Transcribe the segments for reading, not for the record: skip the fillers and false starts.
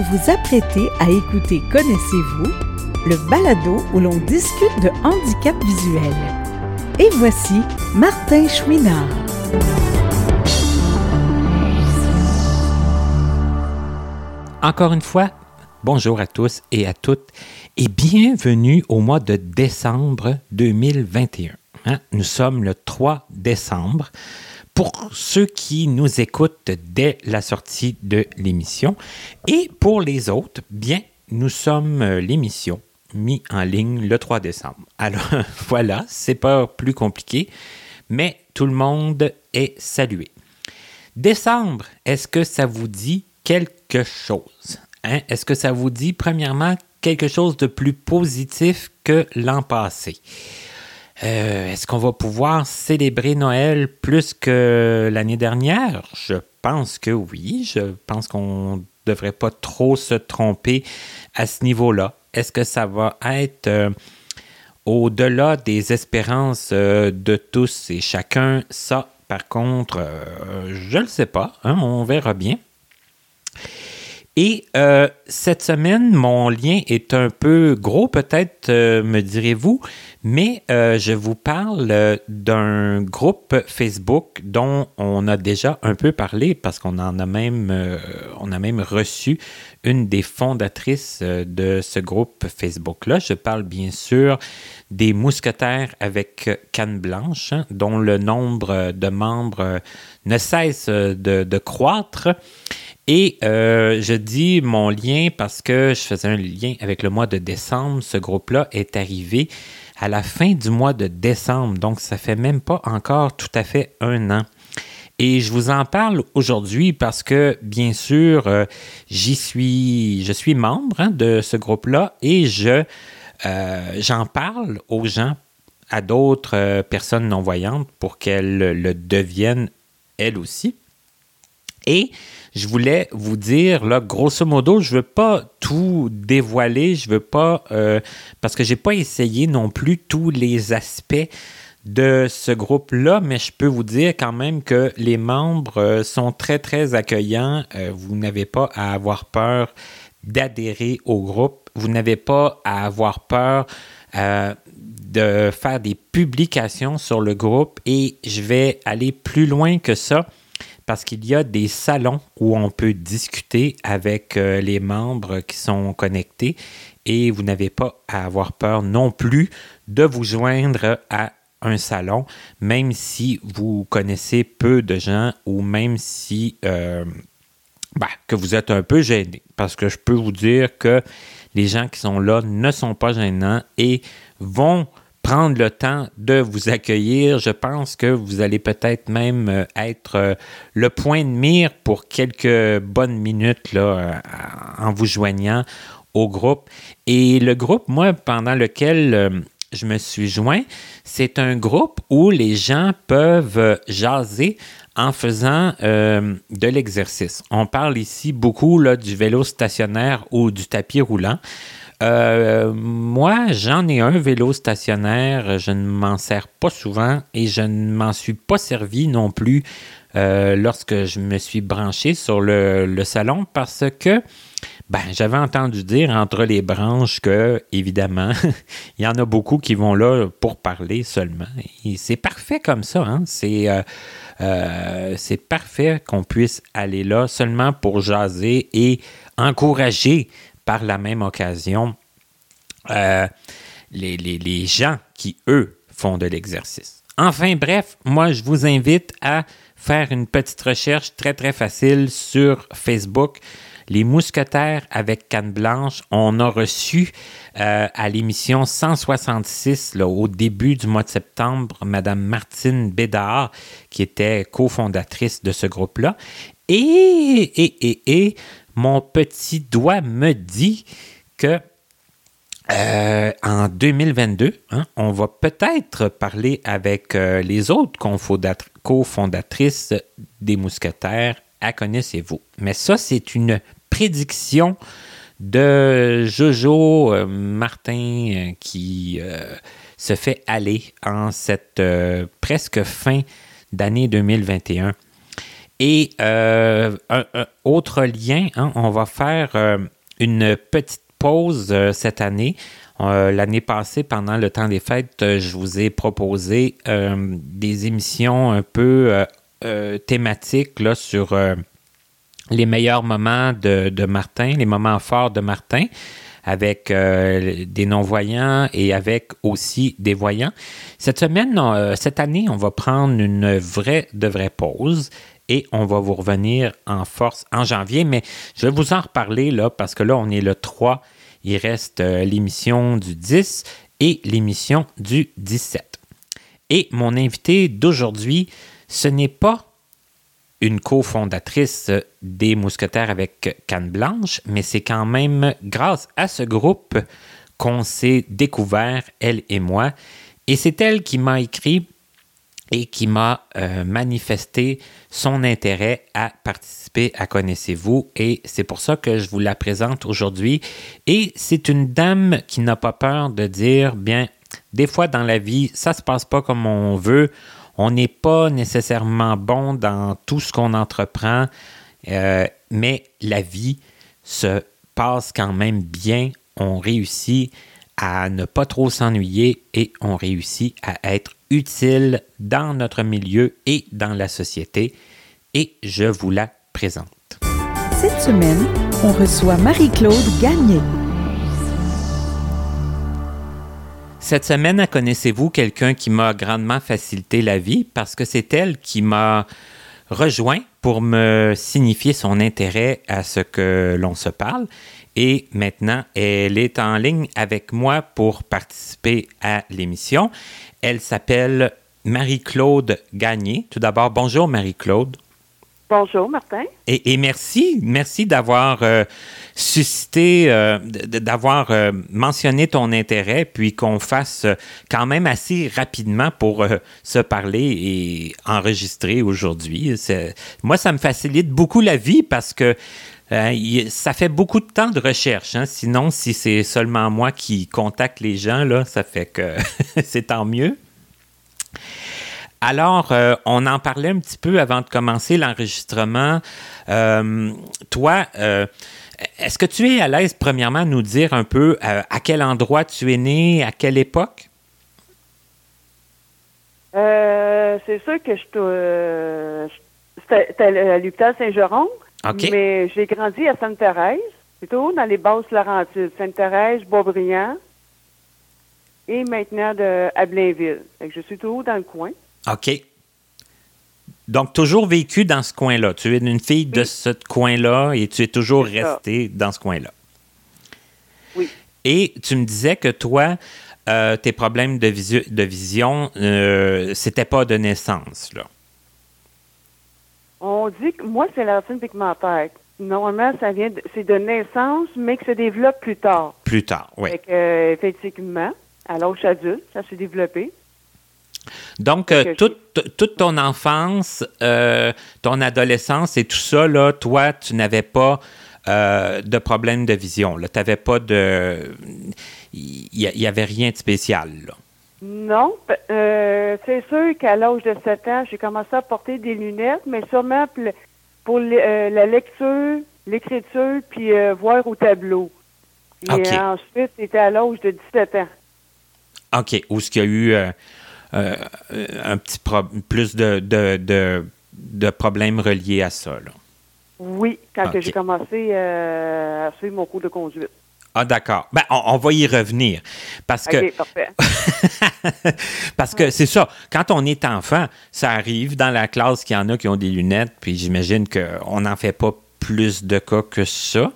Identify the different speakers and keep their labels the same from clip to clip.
Speaker 1: vous apprêtez à écouter Connaissez-vous, le balado où l'on discute de handicap visuel. Et voici Martin Chouinard.
Speaker 2: Encore une fois, bonjour à tous et à toutes et bienvenue au mois de décembre 2021. Nous sommes le 3 décembre. Pour ceux qui nous écoutent dès la sortie de l'émission et pour les autres, bien, nous sommes l'émission mise en ligne le 3 décembre. Alors voilà, c'est pas plus compliqué, mais tout le monde est salué. Décembre, est-ce que ça vous dit quelque chose? Est-ce que ça vous dit, premièrement, quelque chose de plus positif que l'an passé? Est-ce qu'on va pouvoir célébrer Noël plus que l'année dernière? Je pense que oui. Je pense qu'on ne devrait pas trop se tromper à ce niveau-là. Est-ce que ça va être au-delà des espérances de tous et chacun? Ça, par contre, je ne le sais pas. On verra bien. Et cette semaine, mon lien est un peu gros, peut-être, me direz-vous, mais je vous parle d'un groupe Facebook dont on a déjà un peu parlé parce qu'on en a même, on a même reçu une des fondatrices de ce groupe Facebook-là. Je parle bien sûr des Mousquetaires avec canne blanche, dont le nombre de membres ne cesse de croître. Et je dis mon lien parce que je faisais un lien avec le mois de décembre. Ce groupe-là est arrivé à la fin du mois de décembre, donc ça fait même pas encore tout à fait un an. Et je vous en parle aujourd'hui parce que, bien sûr, je suis membre de ce groupe-là et j'en parle aux gens, à d'autres personnes non-voyantes pour qu'elles le deviennent elles aussi. Et je voulais vous dire, là, grosso modo, je ne veux pas tout dévoiler, je veux pas, parce que je n'ai pas essayé non plus tous les aspects de ce groupe-là, mais je peux vous dire quand même que les membres sont très, très accueillants. Vous n'avez pas à avoir peur d'adhérer au groupe. Vous n'avez pas à avoir peur de faire des publications sur le groupe et je vais aller plus loin que ça. Parce qu'il y a des salons où on peut discuter avec les membres qui sont connectés et vous n'avez pas à avoir peur non plus de vous joindre à un salon, même si vous connaissez peu de gens ou même si que vous êtes un peu gêné. Parce que je peux vous dire que les gens qui sont là ne sont pas gênants et vont prendre le temps de vous accueillir. Je pense que vous allez peut-être même être le point de mire pour quelques bonnes minutes là, en vous joignant au groupe. Et le groupe, moi, pendant lequel je me suis joint, c'est un groupe où les gens peuvent jaser en faisant de l'exercice. On parle ici beaucoup là, du vélo stationnaire ou du tapis roulant. Moi, j'en ai un vélo stationnaire, je ne m'en sers pas souvent et je ne m'en suis pas servi non plus lorsque je me suis branché sur le salon parce que j'avais entendu dire entre les branches que, évidemment, il y en a beaucoup qui vont là pour parler seulement. Et c'est parfait comme ça, hein? C'est parfait qu'on puisse aller là seulement pour jaser et encourager par la même occasion, les gens qui, eux, font de l'exercice. Enfin, bref, moi, je vous invite à faire une petite recherche très, très facile sur Facebook. Les Mousquetaires avec canne blanche. On a reçu à l'émission 166, là, au début du mois de septembre, Mme Martine Bédard, qui était cofondatrice de ce groupe-là. Et mon petit doigt me dit que en 2022, on va peut-être parler avec les autres cofondatrices des Mousquetaires à Connaissez-vous. Mais ça, c'est une prédiction de Jojo Martin qui se fait aller en cette presque fin d'année 2021. Et un autre lien, on va faire une petite pause cette année. L'année passée, pendant le temps des fêtes, je vous ai proposé des émissions un peu thématiques là, sur les meilleurs moments de Martin, les moments forts de Martin, avec des non-voyants et avec aussi des voyants. Cette année, on va prendre une vraie pause et on va vous revenir en force en janvier, mais je vais vous en reparler là, parce que là, on est le 3, il reste l'émission du 10 et l'émission du 17. Et mon invité d'aujourd'hui, ce n'est pas une cofondatrice des Mousquetaires avec Canne Blanche, mais c'est quand même grâce à ce groupe qu'on s'est découvert, elle et moi. Et c'est elle qui m'a écrit et qui m'a manifesté son intérêt à participer à Connaissez-vous. Et c'est pour ça que je vous la présente aujourd'hui. Et c'est une dame qui n'a pas peur de dire, bien, des fois dans la vie, ça ne se passe pas comme on veut. On n'est pas nécessairement bon dans tout ce qu'on entreprend, mais la vie se passe quand même bien. On réussit à ne pas trop s'ennuyer et on réussit à être utile dans notre milieu et dans la société. Et je vous la présente.
Speaker 1: Cette semaine, on reçoit Marie-Claude Gagné.
Speaker 2: Cette semaine, connaissez-vous quelqu'un qui m'a grandement facilité la vie parce que c'est elle qui m'a rejoint pour me signifier son intérêt à ce que l'on se parle. Et maintenant, elle est en ligne avec moi pour participer à l'émission. Elle s'appelle Marie-Claude Gagné. Tout d'abord, bonjour Marie-Claude.
Speaker 3: Bonjour, Martin.
Speaker 2: Et merci d'avoir suscité, d'avoir mentionné ton intérêt, puis qu'on fasse quand même assez rapidement pour se parler et enregistrer aujourd'hui. Moi, ça me facilite beaucoup la vie parce que ça fait beaucoup de temps de recherche. Hein? Sinon, si c'est seulement moi qui contacte les gens, là, ça fait que c'est tant mieux. Alors, on en parlait un petit peu avant de commencer l'enregistrement. Toi, est-ce que tu es à l'aise, premièrement, à nous dire un peu à quel endroit tu es né, à quelle époque?
Speaker 3: C'est sûr que c'était à l'hôpital Saint-Jérôme,
Speaker 2: Okay.
Speaker 3: Mais j'ai grandi à Sainte-Thérèse, plutôt dans les Basses-Laurentides, Sainte-Thérèse, Boisbriand, et maintenant à Blainville. Fait que je suis toujours dans le coin.
Speaker 2: OK. Donc, toujours vécu dans ce coin-là. Tu es une fille de ce coin-là et tu es toujours restée dans ce coin-là.
Speaker 3: Oui.
Speaker 2: Et tu me disais que toi, tes problèmes de vision, c'était pas de naissance, là.
Speaker 3: On dit que moi, c'est la rétine pigmentaire. Normalement, c'est de naissance, mais que se développe plus tard.
Speaker 2: Plus tard, oui.
Speaker 3: Fait que, effectivement, à l'âge adulte, ça s'est développé.
Speaker 2: Donc, toute ton enfance, ton adolescence et tout ça, là, toi, tu n'avais pas de problème de vision. Tu n'avais pas de... Il n'y avait rien de spécial, là.
Speaker 3: Non. C'est sûr qu'à l'âge de 7 ans, j'ai commencé à porter des lunettes, mais sûrement pour la lecture, l'écriture, puis voir au tableau. Et ensuite, c'était à l'âge de 17 ans.
Speaker 2: OK. Où est-ce qu'il y a eu... un petit plus de problèmes reliés à ça, là.
Speaker 3: Oui, quand j'ai commencé à suivre mon cours de conduite.
Speaker 2: Ah, d'accord. Ben, on va y revenir. Parce que...
Speaker 3: OK, parfait.
Speaker 2: Parce que c'est ça, quand on est enfant, ça arrive dans la classe qu'il y en a qui ont des lunettes, puis j'imagine qu'on n'en fait pas plus de cas que ça.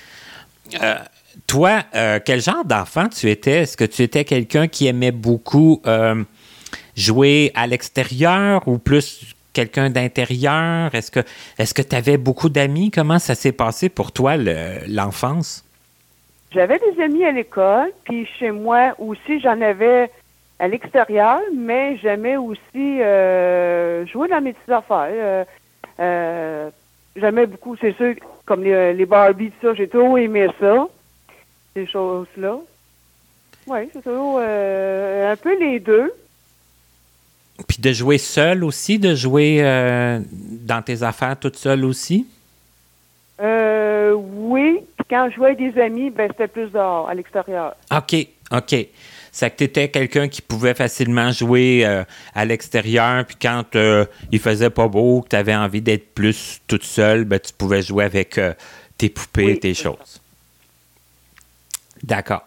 Speaker 2: Toi, quel genre d'enfant tu étais? Est-ce que tu étais quelqu'un qui aimait beaucoup... jouer à l'extérieur ou plus quelqu'un d'intérieur? Est-ce que tu avais beaucoup d'amis? Comment ça s'est passé pour toi, l'enfance?
Speaker 3: J'avais des amis à l'école, puis chez moi aussi, j'en avais à l'extérieur, mais j'aimais aussi jouer dans mes petites affaires. J'aimais beaucoup, c'est sûr, comme les Barbies, tout ça, j'ai toujours aimé ça, ces choses-là. Oui, c'est toujours un peu les deux.
Speaker 2: Puis de jouer seule aussi, de jouer dans tes affaires toute seule aussi?
Speaker 3: Oui. quand je jouais avec des amis, ben c'était plus dehors, à l'extérieur.
Speaker 2: OK. C'est que tu étais quelqu'un qui pouvait facilement jouer à l'extérieur, puis quand il faisait pas beau, que tu avais envie d'être plus toute seule, ben, tu pouvais jouer avec tes poupées, tes choses. D'accord.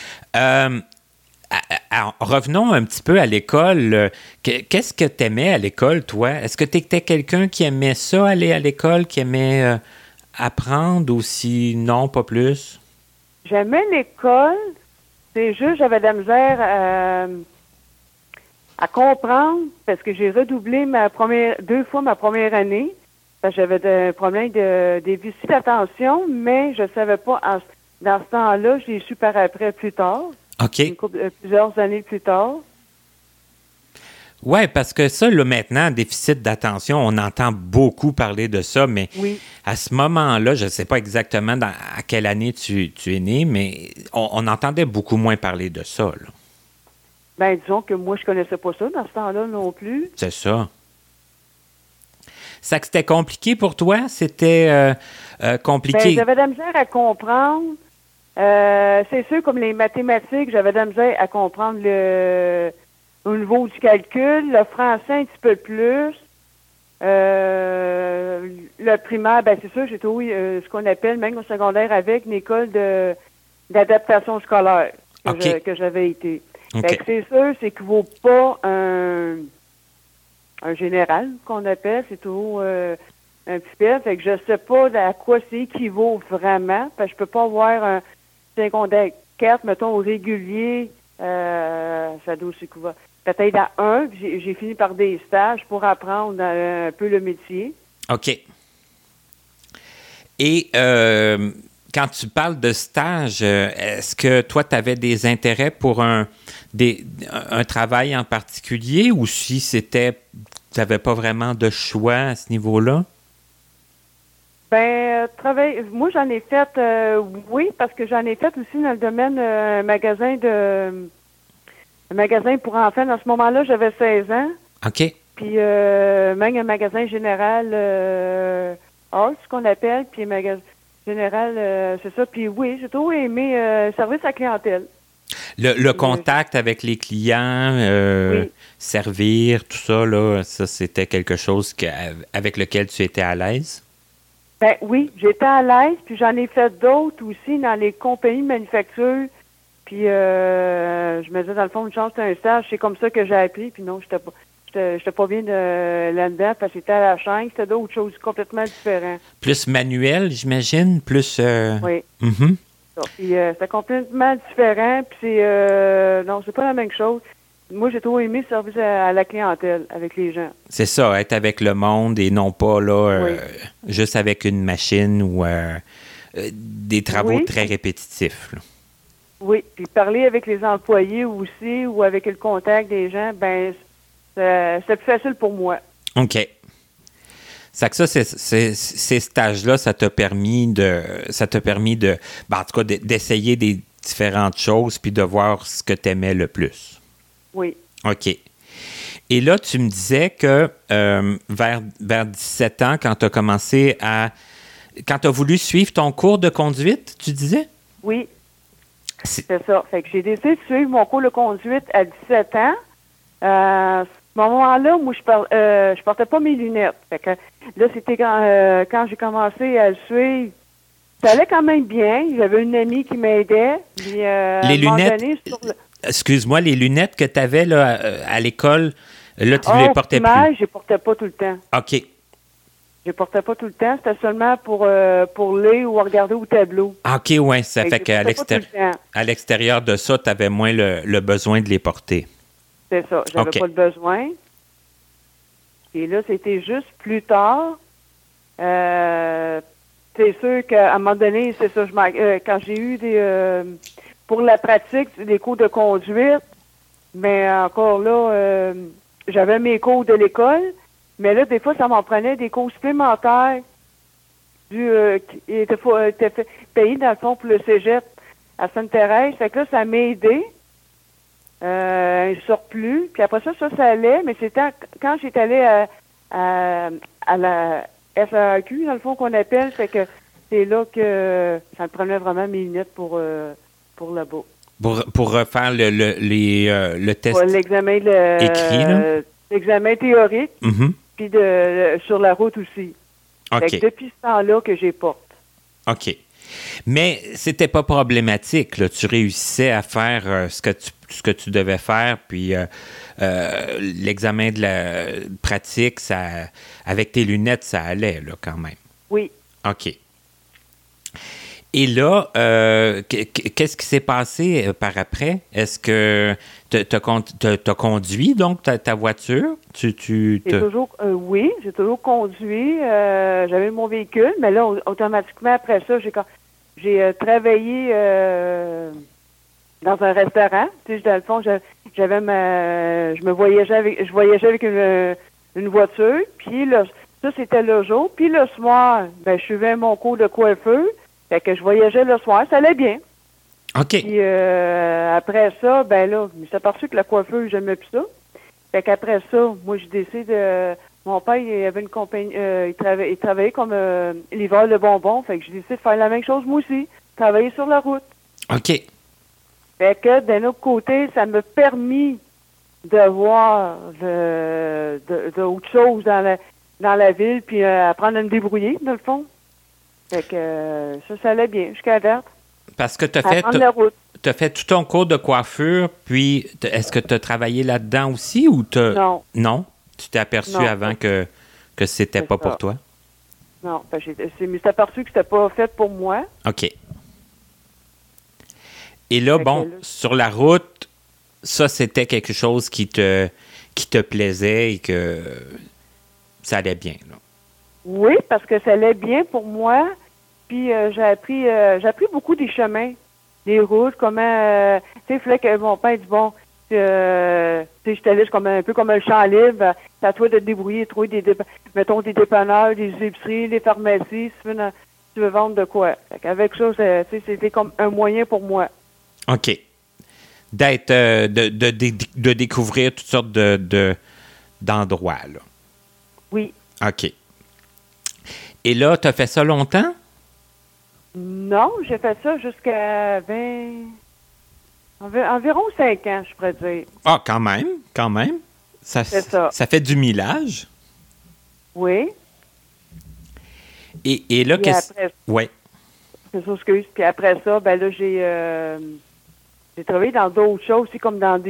Speaker 2: Alors, revenons un petit peu à l'école. Qu'est-ce que tu aimais à l'école, toi? Est-ce que tu étais quelqu'un qui aimait ça, aller à l'école, qui aimait apprendre ou si non, pas plus?
Speaker 3: J'aimais l'école. C'est juste, j'avais de la misère à comprendre parce que j'ai redoublé 2 fois ma première année. Parce que j'avais un problème de déficit d'attention, mais je ne savais pas dans ce temps-là. Je l'ai su par après plus tard.
Speaker 2: OK.
Speaker 3: Plusieurs années plus tard.
Speaker 2: Oui, parce que ça, là, maintenant, déficit d'attention, on entend beaucoup parler de ça, mais à ce moment-là, je ne sais pas exactement à quelle année tu es né, mais on entendait beaucoup moins parler de ça. Là.
Speaker 3: Ben, disons que moi, je connaissais pas ça dans ce temps-là non plus.
Speaker 2: C'est ça. Ça que c'était compliqué pour toi? C'était compliqué?
Speaker 3: Ben, j'avais de la misère à comprendre. C'est sûr, comme les mathématiques, j'avais de la misère à comprendre au niveau du calcul. Le français, un petit peu plus. Le primaire, ben c'est sûr, j'étais ce qu'on appelle, même au secondaire, avec une école d'adaptation scolaire que j'avais été.
Speaker 2: Okay.
Speaker 3: C'est sûr, c'est qu'il ne vaut pas un général qu'on appelle, c'est toujours un petit peu. Fait que je sais pas à quoi c'est équivaut vraiment, parce que je peux pas avoir un secondaire 4, mettons, au régulier, ça doit s'écouver. Peut-être à 1, puis j'ai fini par des stages pour apprendre un peu le métier.
Speaker 2: OK. Et quand tu parles de stage, est-ce que toi, tu avais des intérêts pour un travail en particulier ou si tu n'avais pas vraiment de choix à ce niveau-là?
Speaker 3: Ben, moi, j'en ai fait, oui, parce que j'en ai fait aussi dans le domaine un magasin pour enfants. Dans ce moment-là, j'avais 16 ans.
Speaker 2: OK.
Speaker 3: Puis même un magasin général Art, ce qu'on appelle, puis un magasin général, c'est ça. Puis oui, j'ai toujours aimé service à la clientèle.
Speaker 2: Le contact avec les clients, servir, tout ça, là, ça, c'était quelque chose avec lequel tu étais à l'aise?
Speaker 3: Ben oui, j'étais à l'aise, puis j'en ai fait d'autres aussi dans les compagnies de manufacture. Puis je me disais, dans le fond, une chance, c'est un stage, c'est comme ça que j'ai appris. Puis non, j'étais pas bien là-dedans parce que c'était à la chaîne, c'était d'autres choses complètement différentes.
Speaker 2: Plus manuel, j'imagine, plus...
Speaker 3: Oui.
Speaker 2: Mm-hmm.
Speaker 3: Puis c'était complètement différent, puis non, c'est pas la même chose. Moi, j'ai trop aimé le service à la clientèle, avec les gens.
Speaker 2: C'est ça, être avec le monde et non pas là juste avec une machine ou des travaux très répétitifs. Là.
Speaker 3: Oui, puis parler avec les employés aussi ou avec le contact des gens, ben c'est plus facile pour moi.
Speaker 2: OK. C'est que ça, ces stages-là, ça t'a permis de en tout cas, d'essayer des différentes choses puis de voir ce que tu aimais le plus.
Speaker 3: Oui.
Speaker 2: OK. Et là, tu me disais que vers 17 ans, quand tu as commencé quand tu as voulu suivre ton cours de conduite, tu disais?
Speaker 3: Oui. C'est ça. Fait que j'ai décidé de suivre mon cours de conduite à 17 ans. À ce moment-là, moi, je portais pas mes lunettes. Fait que là, c'était quand j'ai commencé à le suivre. Ça allait quand même bien. J'avais une amie qui m'aidait. Puis,
Speaker 2: les lunettes, excuse-moi, les lunettes que tu avais là, à l'école, là, tu ne les portais plus?
Speaker 3: Je les portais pas tout le temps.
Speaker 2: OK.
Speaker 3: Je les portais pas tout le temps. C'était seulement pour lire ou regarder au tableau.
Speaker 2: OK, oui. Ça fait qu'à l'extérieur de ça, tu avais moins le besoin de les porter.
Speaker 3: C'est ça. J'avais pas le besoin. Et là, c'était juste plus tard. C'est sûr qu'à un moment donné, c'est ça, quand j'ai eu pour la pratique, des cours de conduite, mais encore là, j'avais mes cours de l'école, mais là, des fois, ça m'en prenait des cours supplémentaires qui étaient payés, dans le fond, pour le cégep à Sainte-Thérèse. Fait que là, ça m'a aidé. Un surplus. Puis après ça allait, mais c'était quand j'étais allée à la SAQ, dans le fond, qu'on appelle, fait que c'est là que ça me prenait vraiment mes lunettes pour là-bas.
Speaker 2: Pour refaire le test
Speaker 3: Pour l'examen
Speaker 2: écrit, là?
Speaker 3: L'examen théorique,
Speaker 2: Mhm.
Speaker 3: puis sur la route aussi. Fait
Speaker 2: OK.
Speaker 3: que depuis ce temps-là que j'ai porte.
Speaker 2: OK. Mais c'était pas problématique, là. Tu réussissais à faire ce que tu devais faire, puis l'examen de la pratique, ça, avec tes lunettes, ça allait, là, quand même.
Speaker 3: Oui.
Speaker 2: OK. Et là, qu'est-ce qui s'est passé par après? Est-ce que t'as conduit, donc, ta voiture?
Speaker 3: Oui, j'ai toujours conduit. J'avais mon véhicule, mais là, automatiquement, après ça, j'ai travaillé dans un restaurant. Tu sais, dans le fond, je voyageais avec une voiture. Puis là, ça, c'était le jour. Puis le soir, je suivais mon cours de coiffeur. Fait que je voyageais le soir, ça allait bien.
Speaker 2: OK.
Speaker 3: Puis après ça, là, je me suis aperçu que la coiffeuse, j'aimais plus ça. Fait qu'après ça, moi, j'ai décidé de... Mon père, il avait une compagnie... il travaillait comme livreur de bonbons. Fait que j'ai décidé de faire la même chose, moi aussi. Travailler sur la route.
Speaker 2: OK.
Speaker 3: Fait que, d'un autre côté, ça m'a permis de voir d'autres choses dans la ville, puis apprendre à me débrouiller, dans le fond. Fait que ça allait bien jusqu'à date.
Speaker 2: Parce que tu as fait tout ton cours de coiffure, puis est-ce que tu as travaillé là-dedans aussi ou
Speaker 3: Non.
Speaker 2: Non? Tu t'es aperçu avant que c'était pas pour toi?
Speaker 3: Non. Je me suis aperçu que c'était pas fait pour moi.
Speaker 2: OK. Et là, sur la route, ça, c'était quelque chose qui te plaisait et que ça allait bien, là.
Speaker 3: Oui, parce que ça allait bien pour moi. Puis j'ai appris beaucoup des chemins, des routes, comment... tu sais, il fallait que mon père dit, bon, tu sais, je te laisse un peu comme un champ libre. C'est à toi de te débrouiller, trouver mettons, des dépanneurs, des épiceries, des pharmacies, si tu veux vendre de quoi. Fait qu'avec ça, c'était comme un moyen pour moi.
Speaker 2: OK. De découvrir toutes sortes d'endroits, là.
Speaker 3: Oui.
Speaker 2: OK. Et là, tu as fait ça longtemps?
Speaker 3: Non, j'ai fait ça jusqu'à environ 5 ans, je pourrais dire.
Speaker 2: Ah, quand même. C'est ça. Ça fait du millage.
Speaker 3: Oui.
Speaker 2: Et là, qu'est-ce... Oui.
Speaker 3: C'est ça, excuse. Puis après ça, là, j'ai travaillé dans d'autres choses aussi, comme dans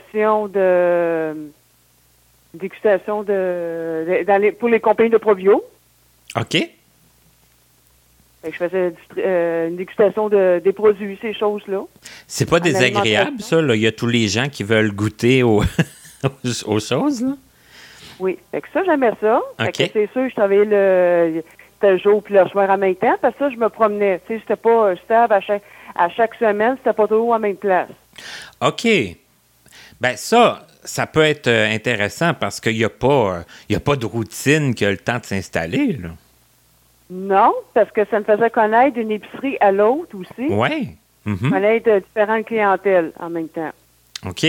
Speaker 3: pour les compagnies de Provio.
Speaker 2: OK.
Speaker 3: Fait que je faisais une dégustation des produits, ces choses-là.
Speaker 2: C'est pas désagréable, ça, là. Il y a tous les gens qui veulent goûter aux choses, là. Oui.
Speaker 3: Fait que ça, j'aimais ça.
Speaker 2: OK.
Speaker 3: Fait que c'est sûr, je travaillais c'était le jour puis le soir en même temps, parce que ça, je me promenais. Tu sais, c'était pas stable à chaque semaine, c'était pas toujours à même place.
Speaker 2: OK. Ben ça peut être intéressant parce qu'il n'y a pas de routine qui a le temps de s'installer, là.
Speaker 3: Non, parce que ça me faisait connaître d'une épicerie à l'autre aussi.
Speaker 2: Oui. Mm-hmm.
Speaker 3: Connaître différentes clientèles en même temps.
Speaker 2: OK.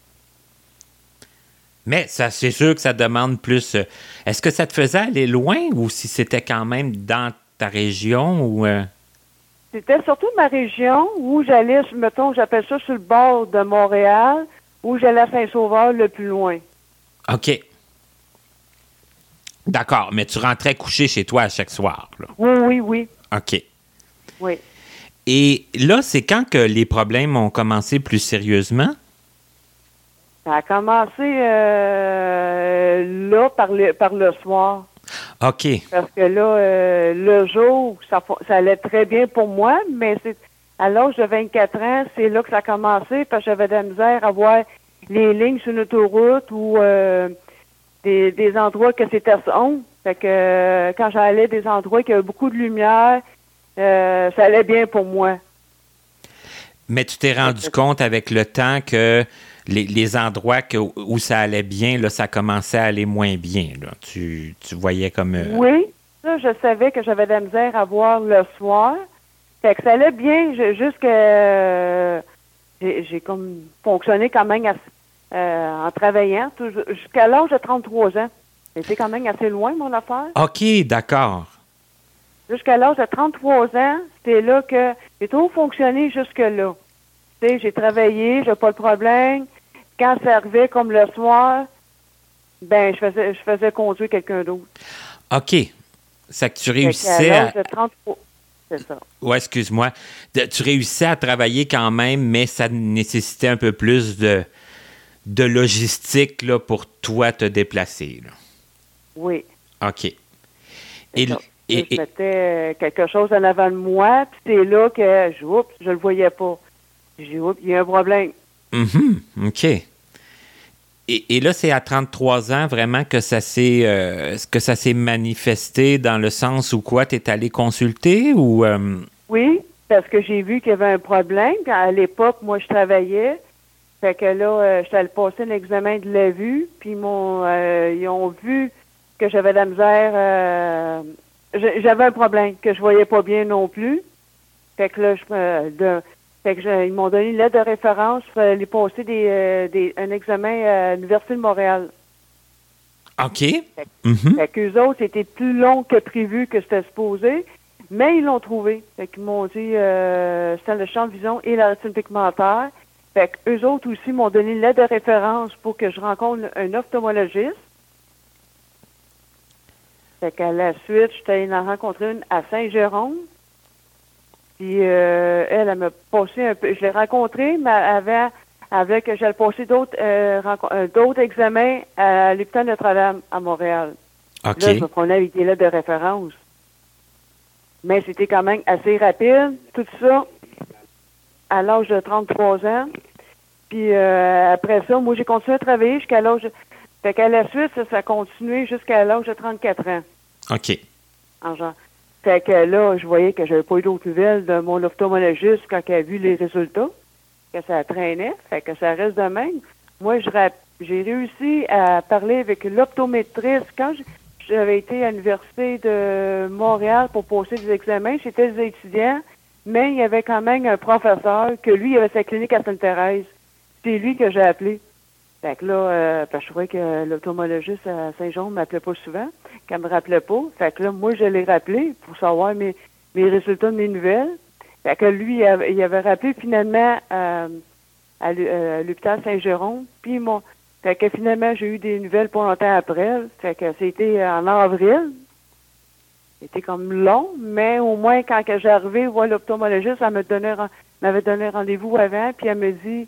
Speaker 2: Mais ça, c'est sûr que ça demande plus... est-ce que ça te faisait aller loin ou si c'était quand même dans ta région ou...
Speaker 3: C'était surtout ma région où j'allais, mettons, j'appelle ça sur le bord de Montréal, où j'allais à Saint-Sauveur le plus loin.
Speaker 2: OK. D'accord, mais tu rentrais coucher chez toi à chaque soir, là.
Speaker 3: Oui.
Speaker 2: OK.
Speaker 3: Oui.
Speaker 2: Et là, c'est quand que les problèmes ont commencé plus sérieusement?
Speaker 3: Ça a commencé là, par le soir.
Speaker 2: OK.
Speaker 3: Parce que là, le jour, ça allait très bien pour moi, mais à l'âge de 24 ans, c'est là que ça a commencé, parce que j'avais de la misère à voir les lignes sur une autoroute ou des endroits que c'était sombre. Fait que quand j'allais des endroits qui avaient beaucoup de lumière, ça allait bien pour moi.
Speaker 2: Mais tu t'es rendu compte avec le temps que les endroits où ça allait bien, là, ça commençait à aller moins bien, là. Tu voyais comme...
Speaker 3: Oui, ça, je savais que j'avais de la misère à voir le soir. Fait que ça allait bien jusqu'à... j'ai comme fonctionné quand même en travaillant jusqu'à l'âge de 33 ans. C'était quand même assez loin, mon affaire.
Speaker 2: OK, d'accord.
Speaker 3: jusqu'à l'âge de 33 ans, c'était là que j'ai toujours fonctionné jusque-là. Tu sais, j'ai travaillé, j'ai pas de problème. Quand ça arrivait comme le soir, ben je faisais conduire quelqu'un d'autre.
Speaker 2: OK. Ça que tu
Speaker 3: Fait
Speaker 2: réussissais
Speaker 3: qu'à l'âge de 33, c'est ça.
Speaker 2: Ouais, excuse-moi. Tu réussissais à travailler quand même, mais ça nécessitait un peu plus de logistique là, pour toi te déplacer. Là.
Speaker 3: Oui.
Speaker 2: OK.
Speaker 3: C'est
Speaker 2: Et,
Speaker 3: ça.
Speaker 2: et-
Speaker 3: Je mettais quelque chose en avant de moi, puis c'est là que je le voyais pas. J'ai dit, oups, il y a un problème.
Speaker 2: OK. Et là, c'est à 33 ans vraiment que ça s'est manifesté dans le sens où quoi, tu es allé consulter ou...
Speaker 3: Oui, parce que j'ai vu qu'il y avait un problème. À l'époque, moi, je travaillais. Fait que là, j'étais allée passer un examen de la vue, puis ils ont vu que j'avais de la misère. J'avais un problème, que je voyais pas bien non plus. Fait que là, ils m'ont donné une lettre de référence pour aller passer un examen à l'Université de Montréal.
Speaker 2: OK. Mhm.
Speaker 3: Fait qu'eux autres, c'était plus long que prévu que c'était supposé, mais ils l'ont trouvé. Fait qu'ils m'ont dit c'était le champ de vision et la rétine pigmentaire. Fait qu'eux autres aussi m'ont donné une lettre de référence pour que je rencontre un ophtalmologiste. Fait qu'à la suite, j'étais allée en rencontrer une à Saint-Jérôme. Puis elle m'a passé un peu. Je l'ai rencontrée, mais avec que j'allais passer d'autres examens à l'hôpital Notre-Dame à Montréal.
Speaker 2: OK.
Speaker 3: Là, je me prenais avec des lettres de référence. Mais c'était quand même assez rapide, tout ça, à l'âge de 33 ans. Puis après ça, moi, j'ai continué à travailler jusqu'à l'âge... Fait qu'à la suite, ça a continué jusqu'à l'âge de 34 ans.
Speaker 2: OK.
Speaker 3: En genre. Fait que là, je voyais que j'avais pas eu d'autres nouvelles de mon ophtalmologiste quand il a vu les résultats, que ça traînait. Fait que ça reste de même. Moi, j'ai réussi à parler avec l'optométriste. Quand j'avais été à l'Université de Montréal pour passer des examens, j'étais des étudiants, mais il y avait quand même un professeur que lui, il avait sa clinique à Sainte-Thérèse. C'est lui que j'ai appelé. Fait que là, parce que je trouvais que l'ophtalmologiste à Saint-Jean ne m'appelait pas souvent, qu'elle me rappelait pas. Fait que là, moi, je l'ai rappelé pour savoir mes résultats de mes nouvelles. Fait que lui, il avait rappelé finalement à l'hôpital Saint-Jérôme. Puis fait que finalement, j'ai eu des nouvelles pas longtemps après. Fait que c'était en avril. C'était comme long, mais au moins, quand que j'arrivais voir l'ophtalmologiste, elle m'avait donné rendez-vous avant, puis elle me dit...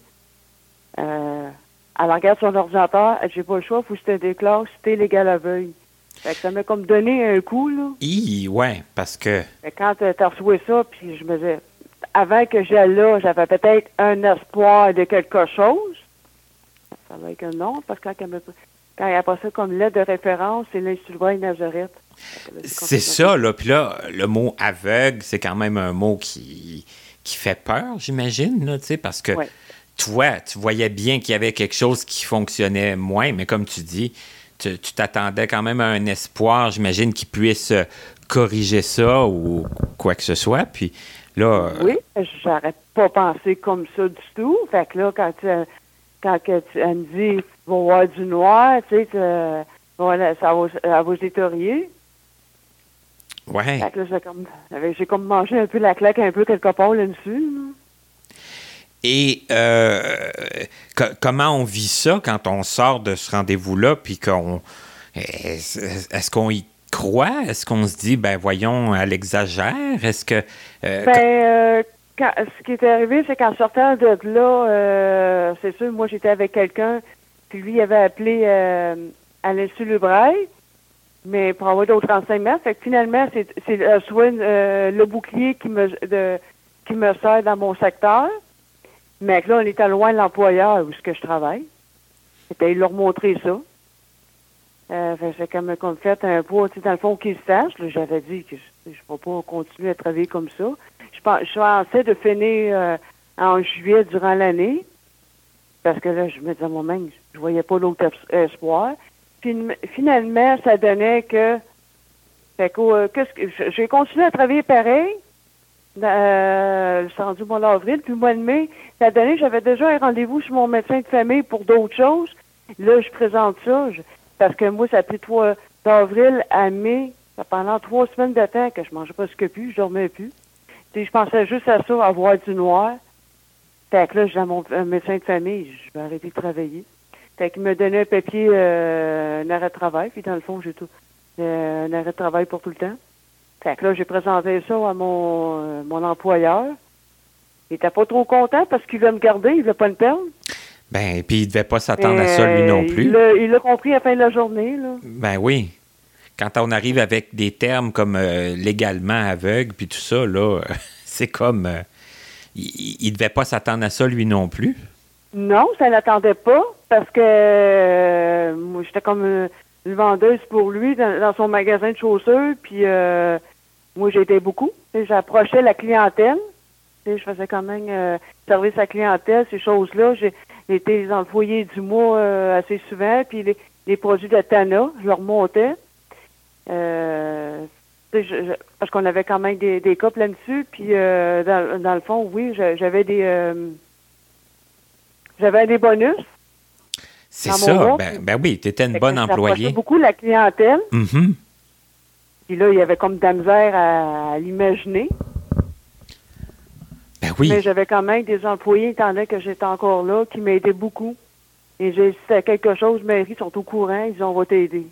Speaker 3: elle regarde son ordinateur, elle dit, j'ai pas le choix, faut que je te déclare si t'es légal à veuille. Fait que ça m'a comme donné un coup, là.
Speaker 2: Ouais, parce que...
Speaker 3: Fait que quand t'as reçu ça, puis je me disais, avant que j'aille là, j'avais peut-être un espoir de quelque chose. Ça va être un non, parce que quand il a passé comme lettre de référence, c'est l'Institut Braille Nazareth.
Speaker 2: C'est ça, là. Puis là, le mot aveugle, c'est quand même un mot qui fait peur, j'imagine, là, tu sais, parce que...
Speaker 3: Ouais.
Speaker 2: Toi, tu voyais bien qu'il y avait quelque chose qui fonctionnait moins, mais comme tu dis, tu t'attendais quand même à un espoir, j'imagine, qu'il puisse corriger ça ou quoi que ce soit. Puis là...
Speaker 3: Oui, j'aurais pas pensé comme ça du tout. Fait que là, quand elle me dit, il va y avoir du noir, tu sais, voilà, ça va s'étorier.
Speaker 2: Ouais.
Speaker 3: Fait que là, j'ai comme mangé un peu la claque un peu quelque part là-dessus. Là.
Speaker 2: Et comment on vit ça quand on sort de ce rendez-vous-là, puis est-ce qu'on y croit? Est-ce qu'on se dit, ben voyons, elle exagère? Est-ce que...
Speaker 3: ce qui est arrivé, c'est qu'en sortant de là, c'est sûr, moi j'étais avec quelqu'un, puis lui il avait appelé à l'Institut Le Braille, mais pour avoir d'autres renseignements. Fait que finalement, c'est soit le bouclier qui me sert dans mon secteur. Mais là, on était loin de l'employeur où je travaille. Et puis, ils leur montré ça. C'est comme fait un poids, tu sais, dans le fond, qu'ils sachent. J'avais dit que je ne vais pas continuer à travailler comme ça. Je pensais de finir en juillet durant l'année. Parce que là, je me disais moi-même, je voyais pas l'autre espoir. Puis finalement, ça donnait que... Fait que j'ai continué à travailler pareil. C'est rendu au mois d'avril, puis le mois de mai, ça donné, j'avais déjà un rendez-vous chez mon médecin de famille pour d'autres choses. Là, je présente ça, parce que moi, ça a pris 3 d'avril à mai, pendant 3 semaines de temps que je mangeais presque plus, je dormais plus. Je pensais juste à ça, à voir du noir. Fait que là, j'ai mon médecin de famille, je vais arrêter de travailler. Fait qu'il me donnait un papier, un arrêt de travail, puis dans le fond, j'ai tout un arrêt de travail pour tout le temps. Fait que là, j'ai présenté ça à mon employeur. Il était pas trop content parce qu'il voulait me garder, il voulait pas me perdre.
Speaker 2: Ben, puis il devait pas s'attendre à ça, lui non plus.
Speaker 3: Il l'a compris à la fin de la journée, là.
Speaker 2: Ben oui. Quand on arrive avec des termes comme légalement aveugle, puis tout ça, là, c'est comme... il devait pas s'attendre à ça, lui non plus.
Speaker 3: Non, ça l'attendait pas, parce que moi, j'étais comme une vendeuse pour lui dans son magasin de chaussures, puis moi, j'aidais beaucoup. J'approchais la clientèle. Je faisais quand même service à la clientèle, ces choses-là. J'ai été les employés du mois assez souvent, puis les produits de Tana, je leur montais. Parce qu'on avait quand même des couples là-dessus, puis dans le fond, oui, j'avais des bonus.
Speaker 2: C'est ça, ben oui, tu étais une bonne employée.
Speaker 3: J'approchais beaucoup la clientèle.
Speaker 2: Mm-hmm.
Speaker 3: Puis là, il y avait comme de la misère à l'imaginer.
Speaker 2: Ben oui.
Speaker 3: Mais j'avais quand même des employés, étant donné que j'étais encore là, qui m'aidaient beaucoup. Et j'ai dit, c'était quelque chose, mairie, ils sont au courant, ils disent, on va t'aider.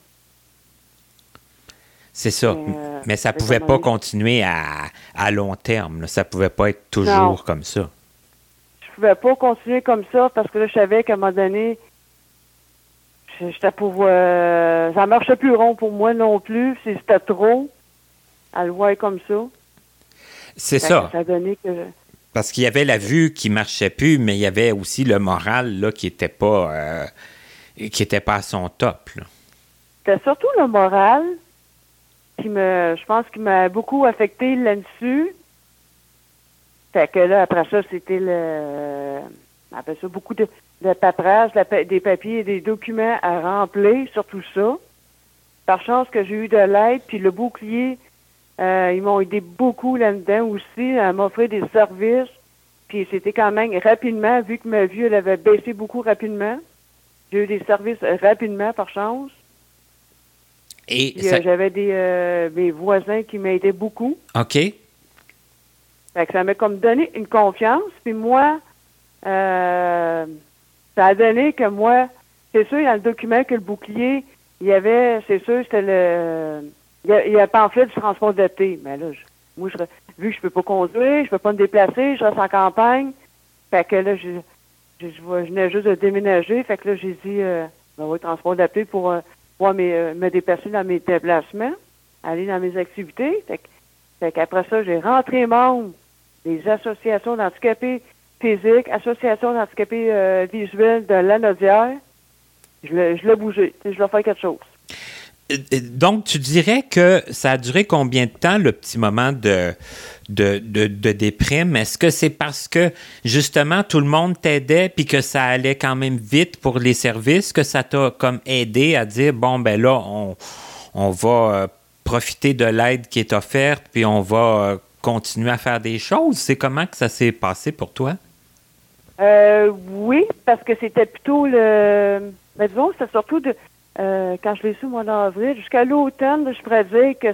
Speaker 2: C'est ça. Mais ça ne pouvait pas continuer à long terme. Là. Ça ne pouvait pas être toujours comme ça.
Speaker 3: Je ne pouvais pas continuer comme ça parce que là, je savais qu'à un moment donné, j'étais pour... ça ne marchait plus rond pour moi non plus. C'était trop à le voir comme ça.
Speaker 2: C'est ça.
Speaker 3: Ça donnait que...
Speaker 2: Parce qu'il y avait la vue qui ne marchait plus, mais il y avait aussi le moral là, qui n'était pas à son top. Là.
Speaker 3: C'était surtout le moral je pense qu'il m'a beaucoup affecté là-dessus. Fait que là, après ça, c'était on appelle ça beaucoup de paperasse, des papiers et des documents à remplir, surtout ça. Par chance que j'ai eu de l'aide, puis le bouclier, ils m'ont aidé beaucoup là-dedans aussi, à m'offrir des services. Puis c'était quand même rapidement, vu que ma vue, elle avait baissé beaucoup rapidement. J'ai eu des services rapidement, par chance.
Speaker 2: Et
Speaker 3: puis, j'avais mes voisins qui m'aidaient beaucoup.
Speaker 2: OK.
Speaker 3: Fait que ça m'a comme donné une confiance. Puis moi, ça a donné que moi, c'est sûr, dans le document que le bouclier, il y avait, c'est sûr, c'était il y a un pamphlet du transport d'été. Mais là, vu que je peux pas conduire, je peux pas me déplacer, je reste en campagne. Fait que là, je venais juste de déménager. Fait que là, j'ai dit, oui, transport d'été pour me déplacer dans mes déplacements, aller dans mes activités. Fait qu'après ça, j'ai rentré membre des associations d'handicapés physiques, associations d'handicapés visuels de Lanaudière. Je l'ai bougé. Je l'ai fait quelque chose.
Speaker 2: Donc, tu dirais que ça a duré combien de temps, le petit moment de déprime? Est-ce que c'est parce que, justement, tout le monde t'aidait puis que ça allait quand même vite pour les services que ça t'a comme aidé à dire, bon, ben là, on va profiter de l'aide qui est offerte puis on va continuer à faire des choses? C'est comment que ça s'est passé pour toi?
Speaker 3: Oui, parce que c'était plutôt disons, c'était surtout quand je l'ai su au mois d'avril, jusqu'à l'automne, je pourrais dire que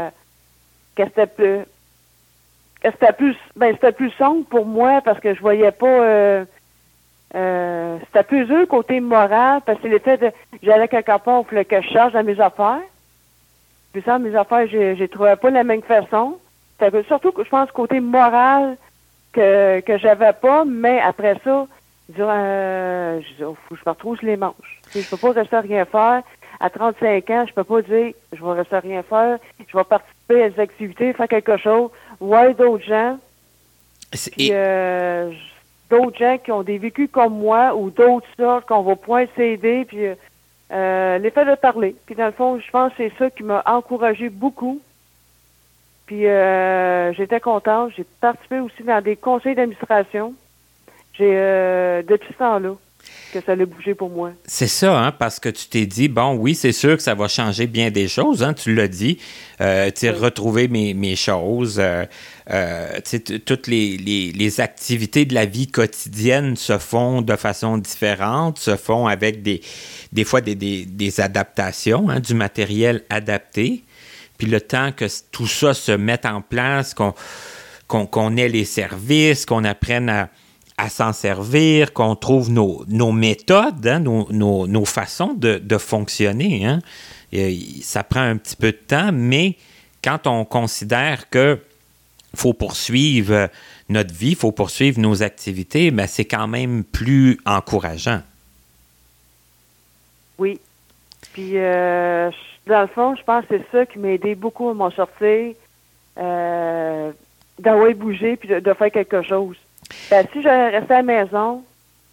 Speaker 3: c'était plus sombre pour moi parce que je voyais pas c'était plus dur côté moral parce que c'est l'effet de j'allais quelque part pour que je charge à mes affaires. Puis ça, mes affaires, je trouvais pas de la même façon. C'était surtout je pense côté moral que j'avais pas, mais après ça, je dis faut que je me retrouve, je les mange. Je peux pas rester à rien faire. À 35 ans, je peux pas dire je vais rester à rien faire. Je vais participer à des activités, faire quelque chose. Ouais, d'autres gens. Puis, d'autres gens qui ont des vécus comme moi ou d'autres sortes qu'on va point s'aider. Puis l'effet de parler. Puis dans le fond, je pense que c'est ça qui m'a encouragé beaucoup. Puis j'étais contente. J'ai participé aussi dans des conseils d'administration. Depuis ce temps-là que ça allait bouger pour moi. C'est
Speaker 2: ça, hein, parce que tu t'es dit, bon, oui, c'est sûr que ça va changer bien des choses, hein, tu l'as dit, retrouver mes choses, toutes les activités de la vie quotidienne se font de façon différente, se font avec des fois des adaptations, hein, du matériel adapté. puis le temps que tout ça se mette en place, qu'on ait les services, qu'on apprenne à s'en servir, qu'on trouve nos méthodes, hein, nos façons de fonctionner. Hein. Ça prend un petit peu de temps, mais quand on considère que faut poursuivre notre vie, il faut poursuivre nos activités, ben c'est quand même plus encourageant.
Speaker 3: Oui. Puis, dans le fond, je pense que c'est ça qui m'a aidé beaucoup à m'en sortir, d'avoir bougé puis de faire quelque chose. Ben, si j'avais resté à la maison,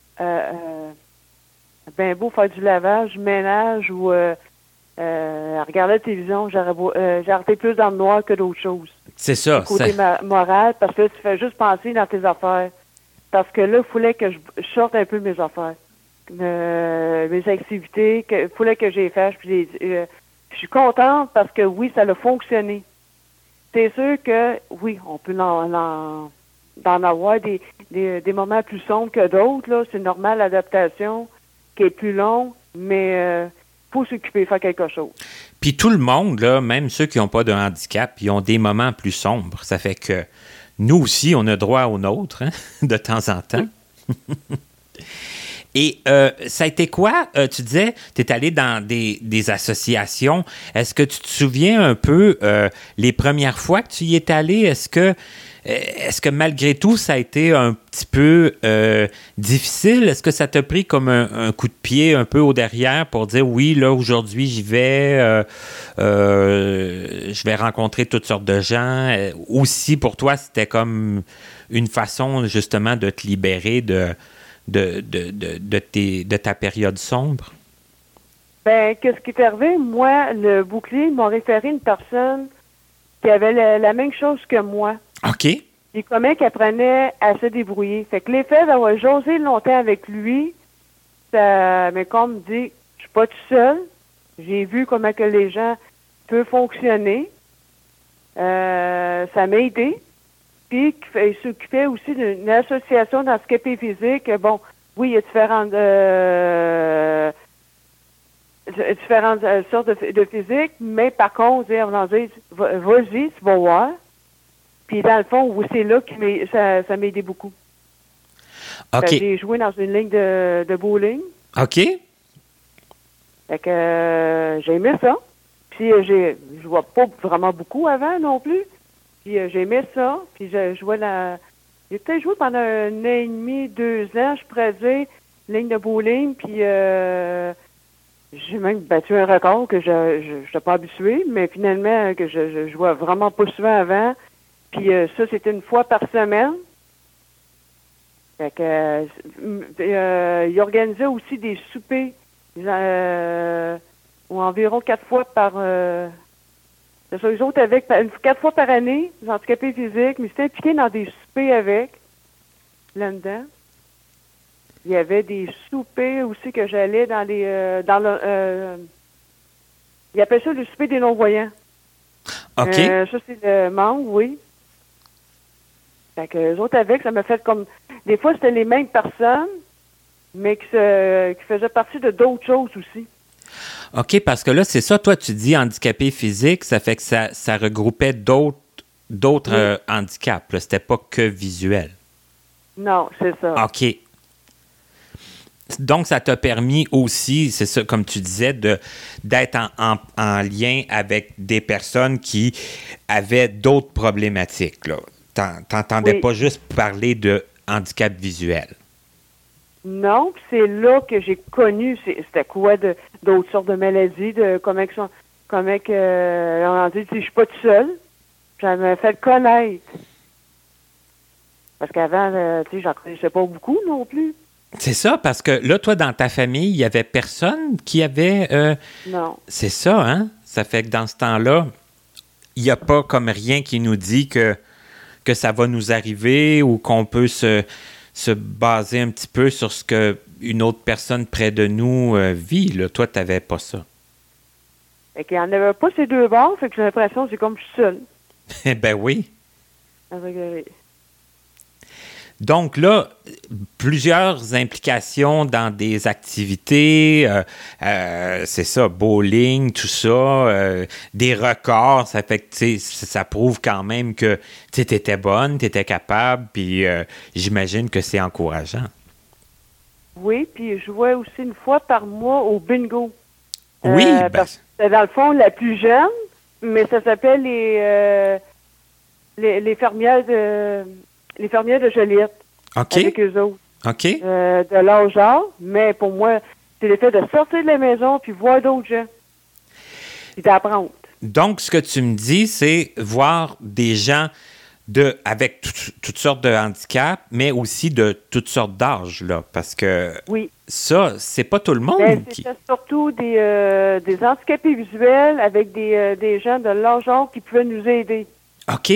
Speaker 3: ben beau faire du lavage, du ménage ou regarder la télévision, j'ai arrêté plus dans le noir que d'autres choses.
Speaker 2: C'est ça.
Speaker 3: Côté moral, parce que là, tu fais juste penser dans tes affaires. Parce que là, il fallait que je sorte un peu de mes affaires. Mes activités, il fallait que j'ai fait. Puis je suis contente parce que oui, ça a fonctionné. C'est sûr que, oui, on peut en avoir des moments plus sombres que d'autres. Là, c'est normal, l'adaptation qui est plus longue, mais faut s'occuper, faire quelque chose.
Speaker 2: Puis tout le monde, là, même ceux qui n'ont pas de handicap, ils ont des moments plus sombres. Ça fait que nous aussi, on a droit au nôtre, hein, de temps en temps. Et ça a été quoi? Tu disais, tu es allé dans des associations. Est-ce que tu te souviens un peu les premières fois que tu y es allé? Est-ce que malgré tout, ça a été un petit peu difficile? Est-ce que ça t'a pris comme un coup de pied un peu au derrière pour dire, oui, là, aujourd'hui, j'y vais, je vais rencontrer toutes sortes de gens? Aussi, pour toi, c'était comme une façon, justement, de te libérer de ta période sombre?
Speaker 3: Ben, qu'est-ce qui est arrivé? Moi, le bouclier m'a référé une personne qui avait la même chose que moi.
Speaker 2: OK.
Speaker 3: Et comment qu'elle apprenait à se débrouiller. Fait que l'effet d'avoir josé longtemps avec lui, ça m'a comme dit, je suis pas tout seul. J'ai vu comment que les gens peuvent fonctionner. Ça m'a aidé. Puis, il s'occupait aussi d'une association d'handicapés physiques. Bon, oui, il y a différentes sortes de physique, mais par contre, on va dire, vas-y, tu vas voir. Puis, dans le fond, oui, c'est là que ça m'a aidé beaucoup.
Speaker 2: OK.
Speaker 3: J'ai joué dans une ligne de bowling.
Speaker 2: OK.
Speaker 3: Fait que j'ai aimé ça. Puis, je jouais pas vraiment beaucoup avant non plus. Puis j'ai aimé ça. Puis j'ai peut-être joué pendant 1 an et demi, 2 ans, je pourrais dire, ligne de bowling. Puis j'ai même battu un record que je n'étais pas habituée, mais finalement que je jouais vraiment pas souvent avant. Puis ça, c'était une fois par semaine. Fait que il organisait aussi des soupers ou environ 4 fois par c'est ça, eux autres avec 4 fois par année, les handicapés physiques, mais c'était impliqué dans des soupers avec, là-dedans. Il y avait des soupers aussi que j'allais dans les ils appellent ça le souper des non-voyants.
Speaker 2: OK.
Speaker 3: Ça, c'est le membre, oui. Fait que eux autres avec, ça m'a fait comme des fois c'était les mêmes personnes, mais qui faisaient partie de d'autres choses aussi.
Speaker 2: OK, parce que là, c'est ça, toi, tu dis handicapé physique, ça fait que ça regroupait d'autres
Speaker 3: oui.
Speaker 2: handicaps. Là. C'était pas que visuel.
Speaker 3: Non, c'est ça.
Speaker 2: OK. Donc, ça t'a permis aussi, c'est ça, comme tu disais, d'être en lien avec des personnes qui avaient d'autres problématiques. Là. T'entendais
Speaker 3: Oui.
Speaker 2: pas juste parler de handicap visuel.
Speaker 3: Non, c'est là que j'ai connu c'était quoi d'autres sortes de maladies, de comment on dit, je suis pas tout seul. J'avais fait le connaître. Parce qu'avant, j'en connaissais pas beaucoup non plus.
Speaker 2: C'est ça, parce que là, toi, dans ta famille, il y avait personne qui avait...
Speaker 3: Non.
Speaker 2: C'est ça, hein? Ça fait que dans ce temps-là, il n'y a pas comme rien qui nous dit que ça va nous arriver ou qu'on peut se baser un petit peu sur ce qu'une autre personne près de nous vit. Là. Toi, tu n'avais pas ça.
Speaker 3: Fait qu'il n'y en avait pas ces deux bords, fait que j'ai l'impression que c'est comme je suis seule.
Speaker 2: Ben oui. Donc là, plusieurs implications dans des activités, c'est ça, bowling, tout ça, des records, ça fait que ça prouve quand même que tu étais bonne, tu étais capable, puis j'imagine que c'est encourageant.
Speaker 3: Oui, puis je jouais aussi une fois par mois au bingo.
Speaker 2: Oui,
Speaker 3: parce que c'était dans le fond la plus jeune, mais ça s'appelle les fermières de Joliette.
Speaker 2: OK.
Speaker 3: Avec eux autres.
Speaker 2: OK.
Speaker 3: De leur genre, mais pour moi, c'est le fait de sortir de la maison puis voir d'autres gens. Puis d'apprendre.
Speaker 2: Donc, ce que tu me dis, c'est voir des gens avec toutes sortes de handicaps, mais aussi de toutes sortes d'âges, là, parce que
Speaker 3: oui.
Speaker 2: Ça, c'est pas tout le monde
Speaker 3: C'était surtout des handicapés visuels avec des gens de leur genre qui pouvaient nous aider.
Speaker 2: OK.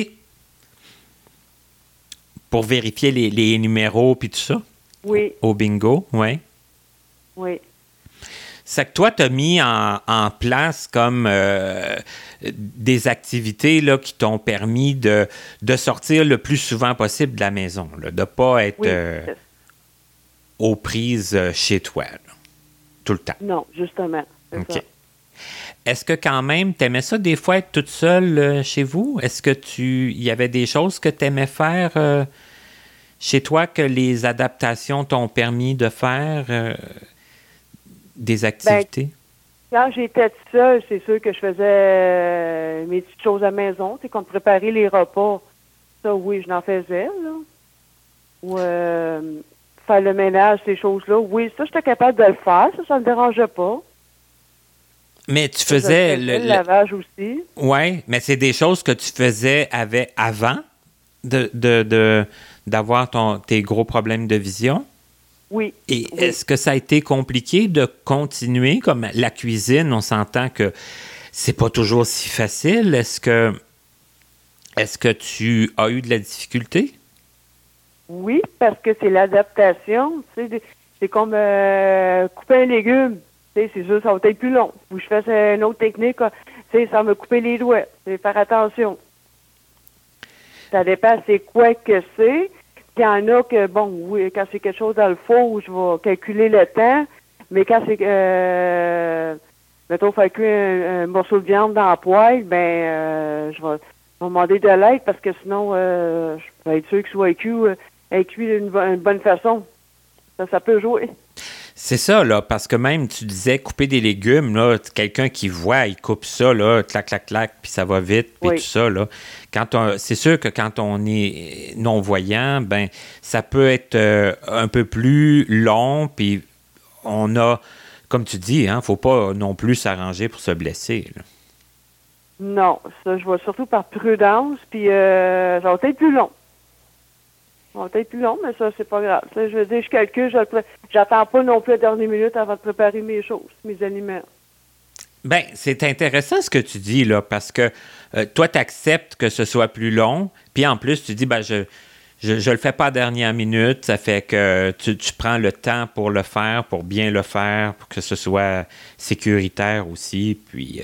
Speaker 2: Pour vérifier les numéros puis tout ça?
Speaker 3: Oui.
Speaker 2: Au bingo, oui.
Speaker 3: Oui.
Speaker 2: C'est que toi, tu as mis en place comme des activités là, qui t'ont permis de sortir le plus souvent possible de la maison, là, de ne pas être aux prises chez toi, là, tout le temps.
Speaker 3: Non, justement.
Speaker 2: OK.
Speaker 3: Ça.
Speaker 2: Est-ce que quand même, tu aimais ça des fois être toute seule chez vous? Est-ce que il y avait des choses que tu aimais faire chez toi que les adaptations t'ont permis de faire? Des activités?
Speaker 3: Quand j'étais toute seule, c'est sûr que je faisais mes petites choses à la maison. Tu sais, comme préparer les repas. Ça, oui, je n'en faisais, là. Ou faire le ménage, ces choses-là. Oui, ça, j'étais capable de le faire. Ça ne me dérangeait pas.
Speaker 2: Mais tu faisais
Speaker 3: le lavage aussi.
Speaker 2: Oui, mais c'est des choses que tu faisais avant d'avoir tes gros problèmes de vision?
Speaker 3: Oui.
Speaker 2: Et est-ce que ça a été compliqué de continuer? Comme la cuisine, on s'entend que c'est pas toujours si facile. Est-ce que tu as eu de la difficulté?
Speaker 3: Oui, parce que c'est l'adaptation. C'est comme couper un légume. C'est sûr, ça va être plus long. Ou je fais une autre technique, ça me couper les doigts. C'est faire attention. Ça dépend c'est quoi que c'est. Il y en a que, bon, oui, quand c'est quelque chose dans le four, je vais calculer le temps. Mais quand c'est, mettons, faire cuire un morceau de viande dans la poêle, je vais demander de l'aide parce que sinon, je vais être sûr qu'il soit cuit d'une bonne façon. Ça peut jouer.
Speaker 2: C'est ça, là, parce que même, tu disais couper des légumes, là, quelqu'un qui voit, il coupe ça, là, clac, clac, clac, puis ça va vite, puis tout ça, là. C'est sûr que quand on est non-voyant, ça peut être un peu plus long, puis on a, comme tu dis, faut pas non plus s'arranger pour se blesser, là.
Speaker 3: Non, ça, je vois surtout par prudence, puis ça va être plus long. Ça va être plus long, mais ça, c'est pas grave. Ça, je veux dire, je calcule, j'attends pas non plus la dernière minute avant de préparer mes choses, mes aliments.
Speaker 2: C'est intéressant ce que tu dis, là, parce que toi, tu acceptes que ce soit plus long, puis en plus, tu dis, je le fais pas à la dernière minute, ça fait que tu prends le temps pour le faire, pour bien le faire, pour que ce soit sécuritaire aussi, puis...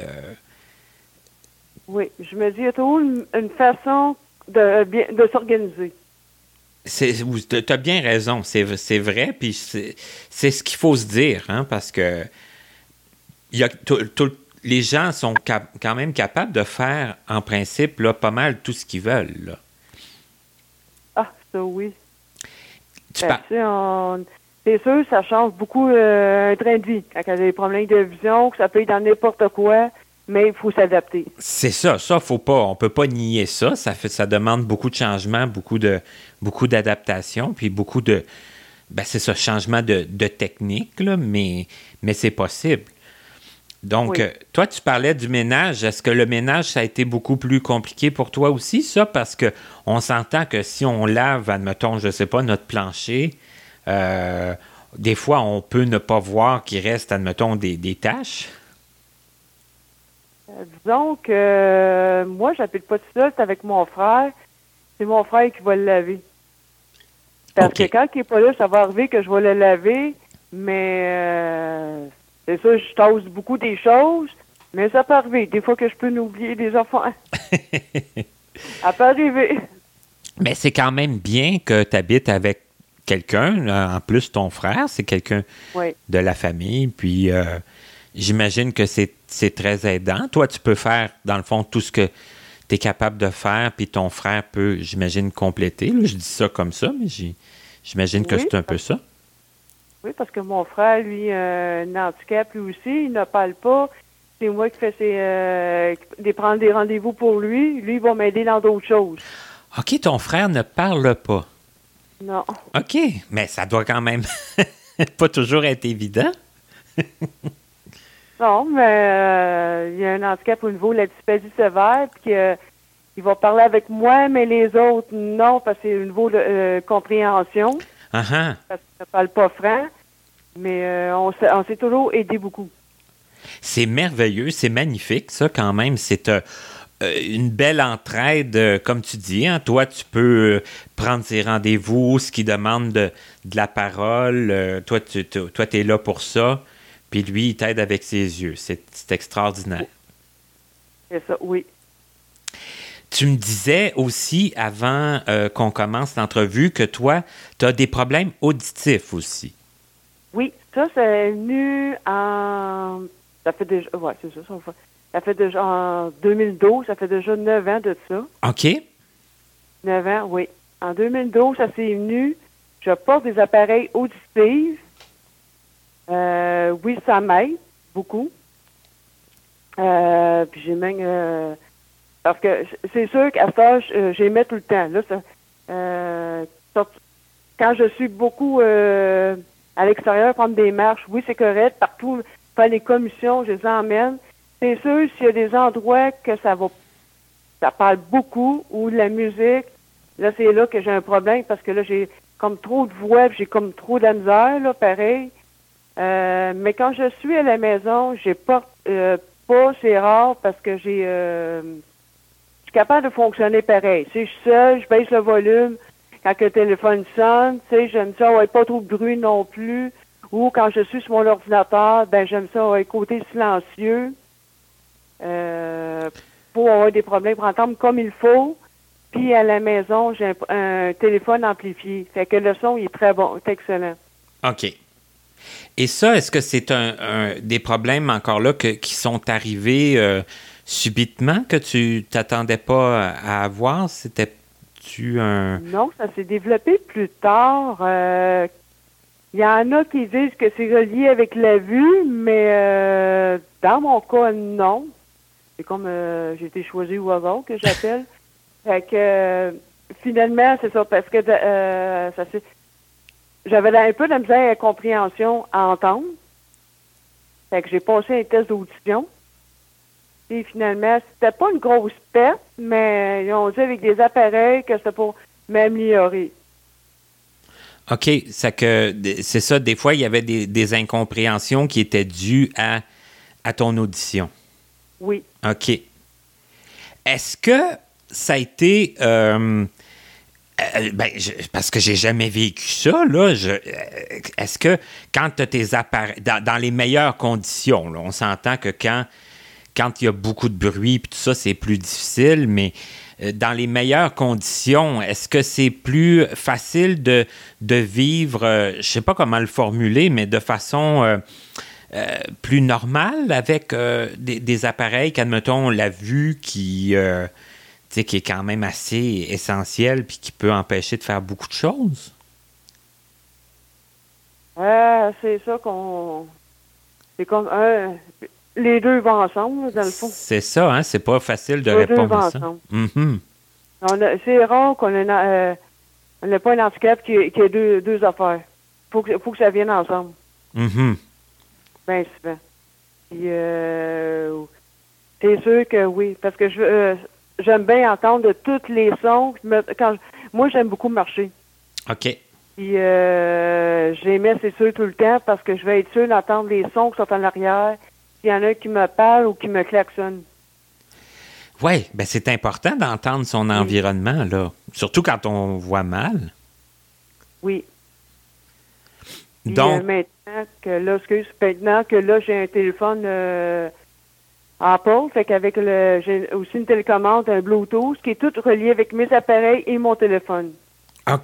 Speaker 3: Oui, je me dis, il y a toujours une façon de s'organiser.
Speaker 2: Tu as bien raison, c'est vrai, puis c'est ce qu'il faut se dire, parce que les gens sont quand même capables de faire, en principe, là, pas mal tout ce qu'ils veulent. Là.
Speaker 3: Ah, ça oui. C'est sûr, ça change beaucoup un train de vie. Quand il y a des problèmes de vision, que ça peut être dans n'importe quoi, mais il faut s'adapter.
Speaker 2: C'est ça, on peut pas nier ça. Ça demande beaucoup de changements, beaucoup d'adaptation, puis beaucoup de, c'est ça, changement de technique, là, mais c'est possible. Donc, toi, tu parlais du ménage. Est-ce que le ménage, ça a été beaucoup plus compliqué pour toi aussi, ça? Parce que on s'entend que si on lave, admettons, je sais pas, notre plancher, des fois, on peut ne pas voir qu'il reste, admettons, des taches.
Speaker 3: Disons que moi, j'habite pas tout seul, c'est avec mon frère. C'est mon frère qui va le laver. Parce que quand il n'est pas là, ça va arriver que je vais le laver, mais c'est ça, je tasse beaucoup des choses, mais ça peut arriver. Des fois que je peux oublier des affaires. Ça peut arriver.
Speaker 2: Mais c'est quand même bien que tu habites avec quelqu'un. En plus, ton frère, c'est quelqu'un
Speaker 3: Oui.
Speaker 2: de la famille. Puis, j'imagine que c'est très aidant. Toi, tu peux faire, dans le fond, tout ce que tu es capable de faire, puis ton frère peut, j'imagine, compléter. Là, je dis ça comme ça, mais j'imagine que c'est un peu ça.
Speaker 3: Oui, parce que mon frère, lui, un handicap, lui aussi, il ne parle pas. C'est moi qui fais prendre des rendez-vous pour lui. Lui, il va m'aider dans d'autres choses.
Speaker 2: OK, ton frère ne parle pas.
Speaker 3: Non.
Speaker 2: OK, mais ça doit quand même pas toujours être évident.
Speaker 3: Non, mais il y a un handicap au niveau de la dysphasie sévère, puis il va parler avec moi, mais les autres, non, parce que c'est au niveau de compréhension.
Speaker 2: Uh-huh.
Speaker 3: Parce qu'il ne parle pas franc, mais on s'est toujours aidé beaucoup.
Speaker 2: C'est merveilleux, c'est magnifique, ça, quand même. C'est une belle entraide, comme tu dis. Hein? Toi, tu peux prendre ses rendez-vous, ce qui demande de la parole. Toi, tu es là pour ça. Puis lui, il t'aide avec ses yeux. C'est extraordinaire.
Speaker 3: C'est ça, oui.
Speaker 2: Tu me disais aussi, avant qu'on commence l'entrevue, que toi, tu as des problèmes auditifs aussi.
Speaker 3: Oui, ça, c'est venu en... Ça fait déjà... Oui, c'est ça. Ça fait déjà en 2012, ça fait déjà 9 ans de ça.
Speaker 2: OK.
Speaker 3: 9 ans, oui. En 2012, ça s'est venu. Je porte des appareils auditifs. Oui, ça m'aide beaucoup. Puis j'ai même... parce que c'est sûr qu'à ce âge, j'aimais tout le temps. Là, quand je suis beaucoup à l'extérieur, prendre des marches, oui, c'est correct. Partout, faire les commissions, je les emmène. C'est sûr, s'il y a des endroits que ça parle beaucoup, ou de la musique, là, c'est là que j'ai un problème, parce que là, j'ai comme trop de voix, puis j'ai comme trop de la misère, là, pareil. Mais quand je suis à la maison, j'ai pas, c'est rare, parce que je suis capable de fonctionner pareil. Si je suis seule, je baisse le volume quand le téléphone sonne, tu sais, j'aime ça, pas trop de bruit non plus. Ou quand je suis sur mon ordinateur, ben j'aime ça, côté silencieux. Pour avoir des problèmes, pour entendre comme il faut. Puis à la maison, j'ai un téléphone amplifié. Fait que le son, il est très bon, c'est excellent.
Speaker 2: OK. Et ça, est-ce que c'est des problèmes encore là qui sont arrivés subitement, que tu t'attendais pas à avoir? C'était-tu un...
Speaker 3: Non, ça s'est développé plus tard. Il y en a qui disent que c'est relié avec la vue, mais dans mon cas, non. C'est comme j'ai été choisi au hasard que j'appelle. Fait que finalement, c'est ça, parce que j'avais un peu de la misère à compréhension à entendre. Fait que j'ai passé un test d'audition. Et finalement, c'était pas une grosse perte, mais ils ont dit avec des appareils que c'était pour m'améliorer.
Speaker 2: OK, c'est ça, des fois, il y avait des incompréhensions qui étaient dues à ton audition.
Speaker 3: Oui.
Speaker 2: OK. Est-ce que ça a été... parce que j'ai jamais vécu ça, là, est-ce que quand tu as tes appareils... Dans les meilleures conditions, là, on s'entend que quand il y a beaucoup de bruit et tout ça, c'est plus difficile, mais dans les meilleures conditions, est-ce que c'est plus facile de vivre, je sais pas comment le formuler, mais de façon plus normale avec des appareils qu'admettons la vue qui est quand même assez essentielle puis qui peut empêcher de faire beaucoup de choses?
Speaker 3: C'est ça qu'on... C'est comme les deux vont ensemble, dans le fond.
Speaker 2: C'est ça, hein? C'est pas facile de répondre à ça.
Speaker 3: Mm-hmm. C'est rare qu'on n'ait pas un handicap qui ait deux affaires. Faut que ça vienne ensemble.
Speaker 2: Mm-hmm.
Speaker 3: Bien souvent. Puis, c'est sûr que oui, parce que j'aime bien entendre de tous les sons. Moi, j'aime beaucoup marcher.
Speaker 2: OK.
Speaker 3: Puis, j'aimais, c'est sûr, tout le temps, parce que je vais être sûre d'entendre les sons qui sont en arrière. S'il y en a qui me parle ou qui me klaxonne.
Speaker 2: Oui, ben c'est important d'entendre son environnement, là. Surtout quand on voit mal.
Speaker 3: Oui. Puis,
Speaker 2: donc,
Speaker 3: maintenant que là, j'ai un téléphone Apple, fait qu'avec j'ai aussi une télécommande, un Bluetooth, qui est tout relié avec mes appareils et mon téléphone.
Speaker 2: OK.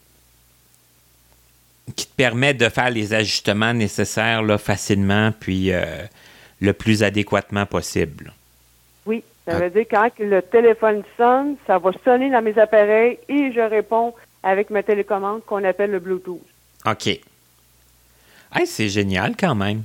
Speaker 2: Qui te permet de faire les ajustements nécessaires là, facilement, puis le plus adéquatement possible.
Speaker 3: Oui, ça veut dire quand le téléphone sonne, ça va sonner dans mes appareils et je réponds avec ma télécommande qu'on appelle le Bluetooth.
Speaker 2: OK. Hey, c'est génial quand même.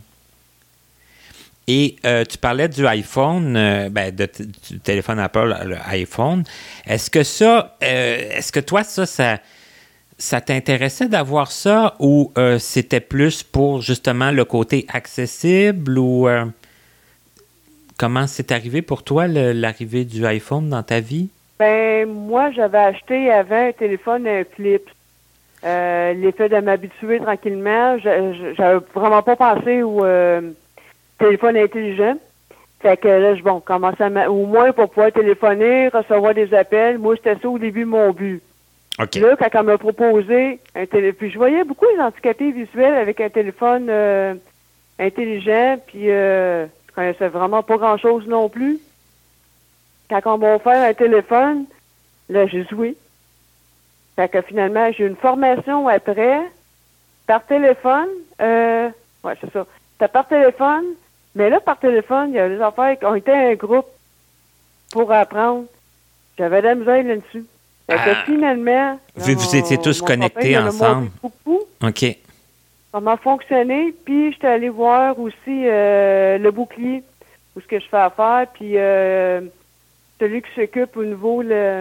Speaker 2: Et tu parlais du iPhone, du téléphone Apple, le iPhone. Est-ce que toi, ça t'intéressait d'avoir ça ou c'était plus pour justement le côté accessible ou comment c'est arrivé pour toi l'arrivée du iPhone dans ta vie?
Speaker 3: Ben moi, j'avais acheté avant un téléphone Flip. L'effet de m'habituer tranquillement. J'avais vraiment pas pensé au téléphone intelligent. Fait que là, commençais au moins pour pouvoir téléphoner, recevoir des appels. Moi, c'était ça au début mon but.
Speaker 2: OK.
Speaker 3: Là, quand on m'a proposé un téléphone, puis je voyais beaucoup les handicapés visuels avec un téléphone intelligent, puis je connaissais vraiment pas grand-chose non plus. Quand on m'a offert un téléphone, là, j'ai joué. Fait que finalement, j'ai eu une formation après, par téléphone. Ouais, c'est ça. C'était par téléphone, mais là, par téléphone, il y avait des affaires qui ont été un groupe pour apprendre. J'avais de la misère là-dessus. Fait que finalement...
Speaker 2: Vous étiez tous connectés ensemble.
Speaker 3: Beaucoup.
Speaker 2: OK.
Speaker 3: Ça m'a fonctionné, puis j'étais allée voir aussi le bouclier, où ce que je fais affaire, puis celui qui s'occupe au niveau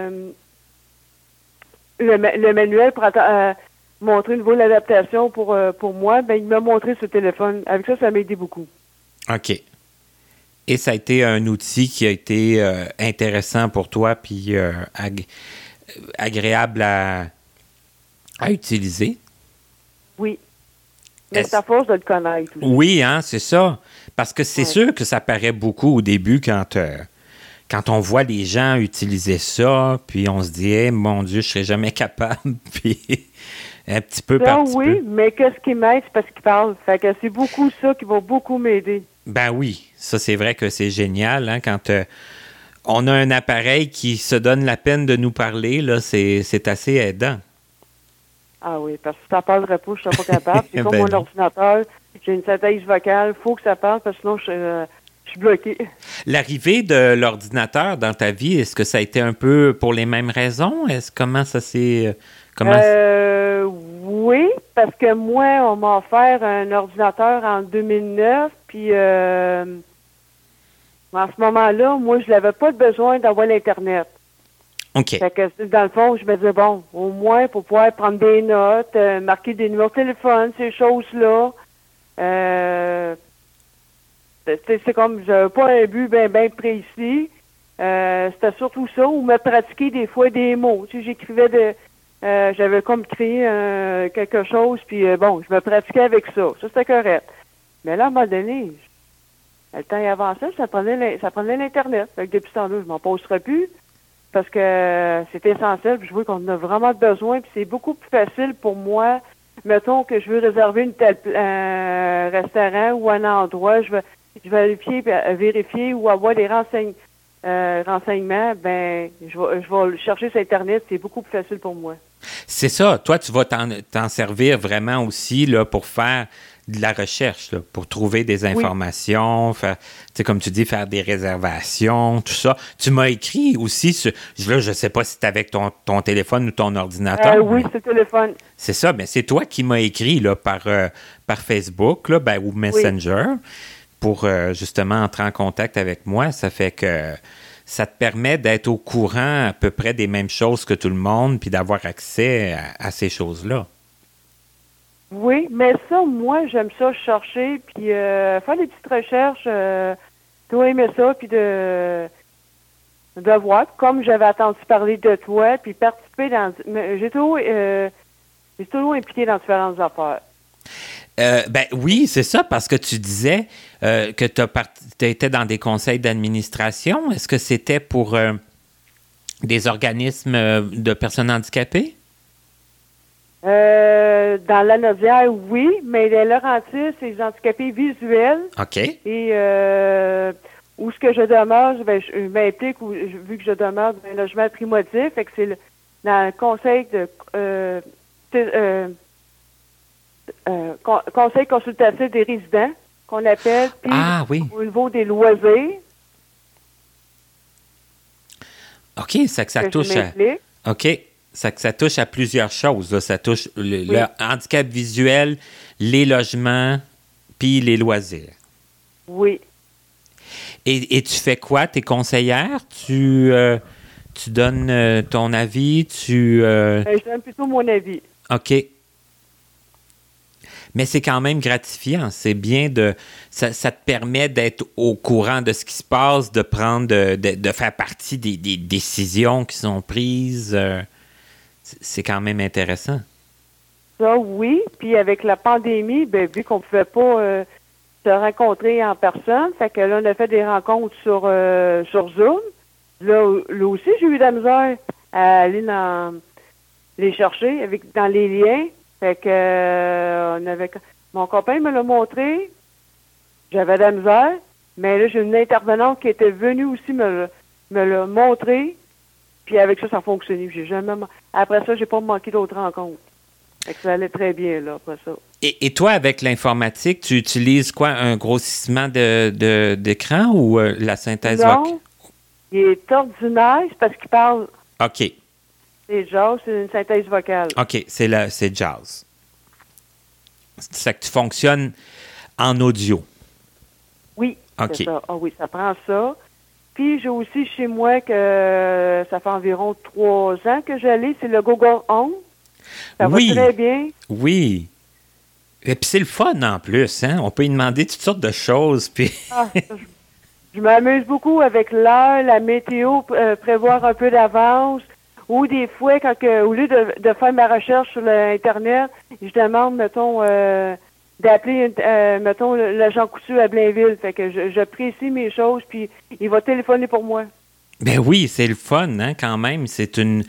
Speaker 3: le manuel pour montrer au niveau de l'adaptation pour moi, ben il m'a montré ce téléphone. Avec ça, ça m'a aidé beaucoup.
Speaker 2: OK. Et ça a été un outil qui a été intéressant pour toi, puis agréable à utiliser.
Speaker 3: Oui. Mais c'est à force de le connaître. Aussi.
Speaker 2: Oui, hein, c'est ça. Parce que c'est sûr que ça paraît beaucoup au début quand on voit les gens utiliser ça, puis on se dit, hey, mon Dieu, je serais jamais capable, puis un petit peu par petit peu.
Speaker 3: Mais qu'est-ce qui m'aide, c'est parce qu'il parle. Fait que c'est beaucoup ça qui va beaucoup m'aider.
Speaker 2: Ben oui, ça c'est vrai que c'est génial, hein, quand on a un appareil qui se donne la peine de nous parler, là, c'est assez aidant.
Speaker 3: Ah oui, parce que si ça parlerait pas, je ne serais pas capable. C'est comme mon ordinateur, j'ai une synthèse vocale, il faut que ça parle, parce que sinon je suis bloqué.
Speaker 2: L'arrivée de l'ordinateur dans ta vie, est-ce que ça a été un peu pour les mêmes raisons? Comment ça s'est...
Speaker 3: Oui, parce que moi, on m'a offert un ordinateur en 2009, puis en ce moment-là, moi, je n'avais pas besoin d'avoir l'Internet.
Speaker 2: OK.
Speaker 3: Fait que, dans le fond, je me disais, bon, au moins, pour pouvoir prendre des notes, marquer des numéros de téléphone, ces choses-là, c'est comme, j'avais pas un but bien précis. C'était surtout ça, ou me pratiquer des fois des mots. Tu sais, j'écrivais j'avais comme créé quelque chose, puis je me pratiquais avec ça. Ça, c'était correct. Mais là, à un moment donné, le temps avançait, ça prenait l'Internet. Fait que depuis ce temps-là, je m'en poserais plus. Parce que c'est essentiel, puis je vois qu'on en a vraiment besoin, puis c'est beaucoup plus facile pour moi. Mettons que je veux réserver un restaurant ou un endroit, je vais vérifier ou avoir des renseignements, je vais chercher sur Internet, c'est beaucoup plus facile pour moi.
Speaker 2: C'est ça. Toi, tu vas t'en servir vraiment aussi là, pour faire de la recherche, là, pour trouver des informations, faire, comme tu dis, faire des réservations, tout ça. Tu m'as écrit aussi, je ne sais pas si c'est avec ton téléphone ou ton ordinateur.
Speaker 3: Oui, c'est le téléphone.
Speaker 2: C'est ça, mais c'est toi qui m'as écrit là, par Facebook là, ou Messenger pour justement entrer en contact avec moi. Ça fait que ça te permet d'être au courant à peu près des mêmes choses que tout le monde puis d'avoir accès à ces choses-là.
Speaker 3: Oui, mais ça, moi, j'aime ça chercher, puis faire des petites recherches. Toi, aimais ça, puis de voir, comme j'avais entendu parler de toi, puis participer dans... J'ai toujours impliqué dans différentes affaires.
Speaker 2: Oui, c'est ça, parce que tu disais que tu étais dans des conseils d'administration. Est-ce que c'était pour des organismes de personnes handicapées?
Speaker 3: Dans la Naudière, oui, mais les Laurentides, c'est les handicapés visuels.
Speaker 2: OK.
Speaker 3: Et où ce que je demeure, je m'implique, vu que je demeure dans un logement primotif, fait que c'est dans le conseil de conseil consultatif des résidents qu'on appelle, puis
Speaker 2: oui.
Speaker 3: au niveau des loisirs.
Speaker 2: OK, ça touche à... OK. Ça touche à plusieurs choses. Là. Ça touche le handicap visuel, les logements, puis les loisirs.
Speaker 3: Oui.
Speaker 2: Et tu fais quoi? Tu es conseillère? Tu donnes ton avis?
Speaker 3: Je donne plutôt mon avis.
Speaker 2: OK. Mais c'est quand même gratifiant. C'est bien ça te permet d'être au courant de ce qui se passe, de prendre, de faire partie des décisions qui sont prises. C'est quand même intéressant.
Speaker 3: Ça, oui. Puis avec la pandémie, vu qu'on ne pouvait pas se rencontrer en personne, fait que là, on a fait des rencontres sur Zoom. Là aussi, j'ai eu de la misère à aller les chercher dans les liens. Fait que mon copain me l'a montré. J'avais de la misère. Mais là, j'ai une intervenante qui était venue aussi me l'a montré. Puis avec ça, ça a fonctionné. Après ça, j'ai pas manqué d'autres rencontres. Fait que ça allait très bien, là, après ça.
Speaker 2: Et toi, avec l'informatique, tu utilises quoi? Un grossissement d'écran ou la synthèse vocale?
Speaker 3: Non, il est ordinaire, c'est parce qu'il parle.
Speaker 2: OK.
Speaker 3: C'est jazz, c'est une synthèse vocale.
Speaker 2: OK, c'est jazz. C'est que tu fonctionnes en audio.
Speaker 3: Oui,
Speaker 2: OK.
Speaker 3: C'est ça. Ah oui, ça prend ça. Puis j'ai aussi chez moi que ça fait environ 3 ans que j'allais, c'est le Google Home. Ça va très bien.
Speaker 2: Oui. Et puis c'est le fun en plus, hein? On peut y demander toutes sortes de choses. Puis...
Speaker 3: je m'amuse beaucoup avec l'heure, la météo, prévoir un peu d'avance. Ou des fois, au lieu de faire ma recherche sur l'Internet, je demande, mettons, d'appeler, mettons, l'agent Coutu à Blainville. Fait que je précise mes choses, puis il va téléphoner pour moi.
Speaker 2: Ben oui, c'est le fun, hein, quand même. C'est un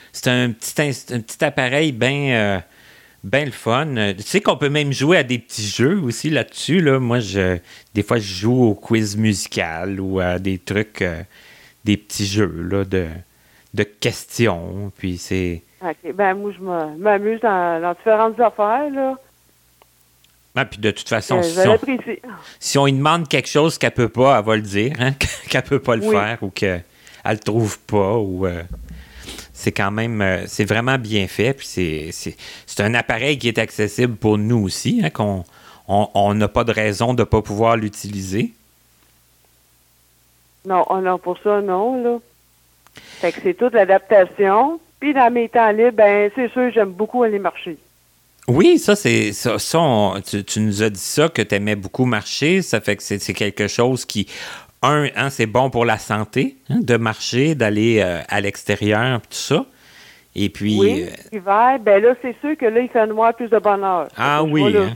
Speaker 2: petit appareil bien le fun. Tu sais qu'on peut même jouer à des petits jeux aussi là-dessus. Là. Moi, des fois, je joue au quiz musical ou à des trucs, des petits jeux là, de questions. Puis c'est...
Speaker 3: OK. Ben moi, je m'amuse dans différentes affaires, là.
Speaker 2: Ah, puis de toute façon, si on lui demande quelque chose qu'elle peut pas, elle va le dire, hein, qu'elle peut pas le faire ou qu'elle le trouve pas. Ou c'est quand même, c'est vraiment bien fait. Puis c'est un appareil qui est accessible pour nous aussi, hein, qu'on n'a pas de raison de ne pas pouvoir l'utiliser.
Speaker 3: Non, pour ça, non, là. Fait que c'est toute l'adaptation. Puis dans mes temps libres, c'est sûr, j'aime beaucoup aller marcher.
Speaker 2: Oui, ça, tu nous as dit ça, que tu aimais beaucoup marcher. Ça fait que c'est quelque chose qui, c'est bon pour la santé, hein, de marcher, d'aller à l'extérieur, tout ça. Et puis...
Speaker 3: Oui, l'hiver, là, c'est sûr que là, il fait noir plus de bonne heure.
Speaker 2: Ah oui, hein?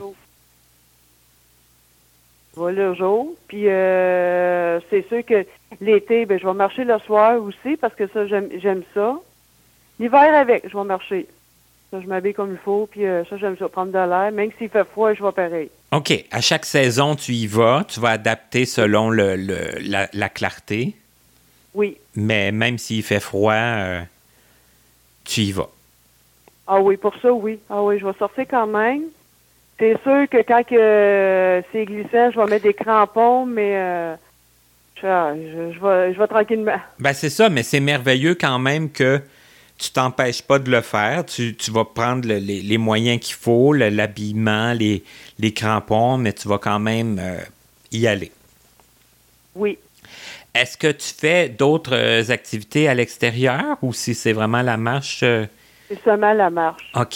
Speaker 3: Je vais le jour. Puis c'est sûr que l'été, je vais marcher le soir aussi, parce que ça, j'aime ça. L'hiver avec, je vais marcher. Ça, je m'habille comme il faut, puis ça, j'aime ça, prendre de l'air. Même s'il fait froid, je vais pareil.
Speaker 2: OK. À chaque saison, tu y vas. Tu vas adapter selon la clarté.
Speaker 3: Oui.
Speaker 2: Mais même s'il fait froid, tu y vas.
Speaker 3: Ah oui, pour ça, oui. Ah oui, je vais sortir quand même. C'est sûr que quand c'est glissant, je vais mettre des crampons, mais je vais tranquillement.
Speaker 2: Ben c'est ça, mais c'est merveilleux quand même que tu t'empêches pas de le faire. Tu vas prendre les moyens qu'il faut, l'habillement, les crampons, mais tu vas quand même y aller.
Speaker 3: Oui.
Speaker 2: Est-ce que tu fais d'autres activités à l'extérieur ou si c'est vraiment la marche?
Speaker 3: C'est seulement la marche.
Speaker 2: OK.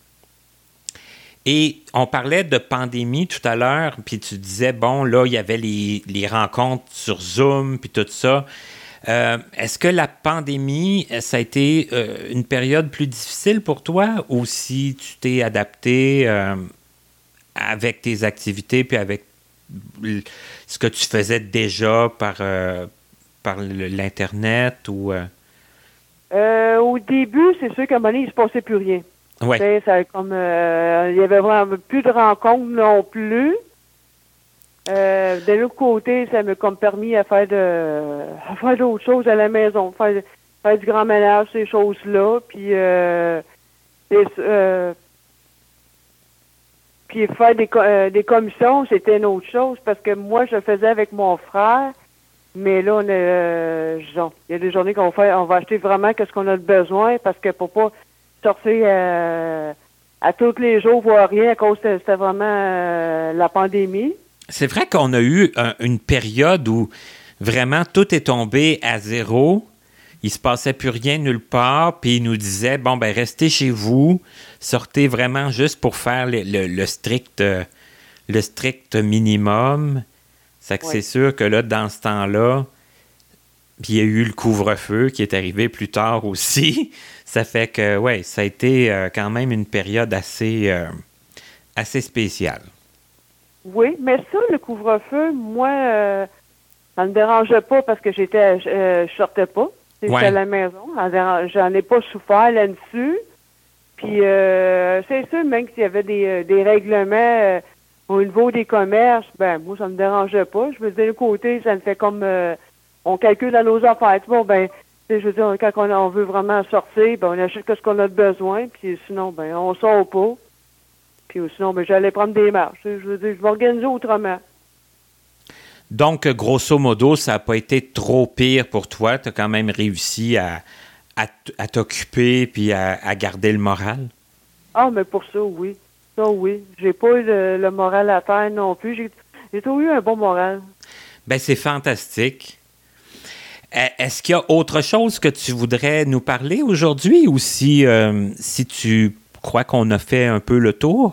Speaker 2: Et on parlait de pandémie tout à l'heure, puis tu disais, bon, là, il y avait les rencontres sur Zoom, puis tout ça. Est-ce que la pandémie, ça a été une période plus difficile pour toi ou si tu t'es adapté avec tes activités puis avec ce que tu faisais déjà par l'Internet ou...
Speaker 3: Au début, c'est sûr qu'à un moment donné, il ne se passait plus rien.
Speaker 2: Ouais.
Speaker 3: Ça, comme il y avait vraiment plus de rencontres non plus. De l'autre côté, ça m'a comme permis à faire d'autres choses à la maison, faire du grand ménage, ces choses-là, puis faire des commissions, c'était une autre chose, parce que moi, je le faisais avec mon frère, mais là, genre, il y a des journées on va acheter vraiment ce qu'on a besoin, parce que pour pas sortir à tous les jours, voir rien, à cause c'était vraiment la pandémie.
Speaker 2: C'est vrai qu'on a eu une période où vraiment tout est tombé à zéro. Il se passait plus rien nulle part, puis ils nous disaient, bon, ben restez chez vous, sortez vraiment juste pour faire le strict minimum. C'est sûr que là, dans ce temps-là, puis il y a eu le couvre-feu qui est arrivé plus tard aussi. Ça fait que, ouais, ça a été quand même une période assez spéciale.
Speaker 3: Oui, mais ça, le couvre-feu, moi, ça ne me dérangeait pas parce que je sortais pas. J'étais à la maison. J'en ai pas souffert là-dessus. Puis, c'est sûr, même s'il y avait des règlements au niveau des commerces, ben moi, ça ne me dérangeait pas. Je me disais, d'un côté, ça me fait comme... on calcule dans nos affaires. Bon, ben, je veux dire, quand on veut vraiment sortir, ben, on achète ce qu'on a besoin. Puis sinon, ben, on sort pas. Puis sinon, ben, j'allais prendre des marches. Je veux dire, je m'organisais autrement.
Speaker 2: Donc, grosso modo, ça n'a pas été trop pire pour toi. Tu as quand même réussi à t'occuper puis à garder le moral?
Speaker 3: Ah, mais pour ça, oui. Ça, oui. J'ai pas eu le moral à terre non plus. J'ai toujours eu un bon moral.
Speaker 2: Ben, c'est fantastique. Est-ce qu'il y a autre chose que tu voudrais nous parler aujourd'hui ou si tu crois qu'on a fait un peu le tour?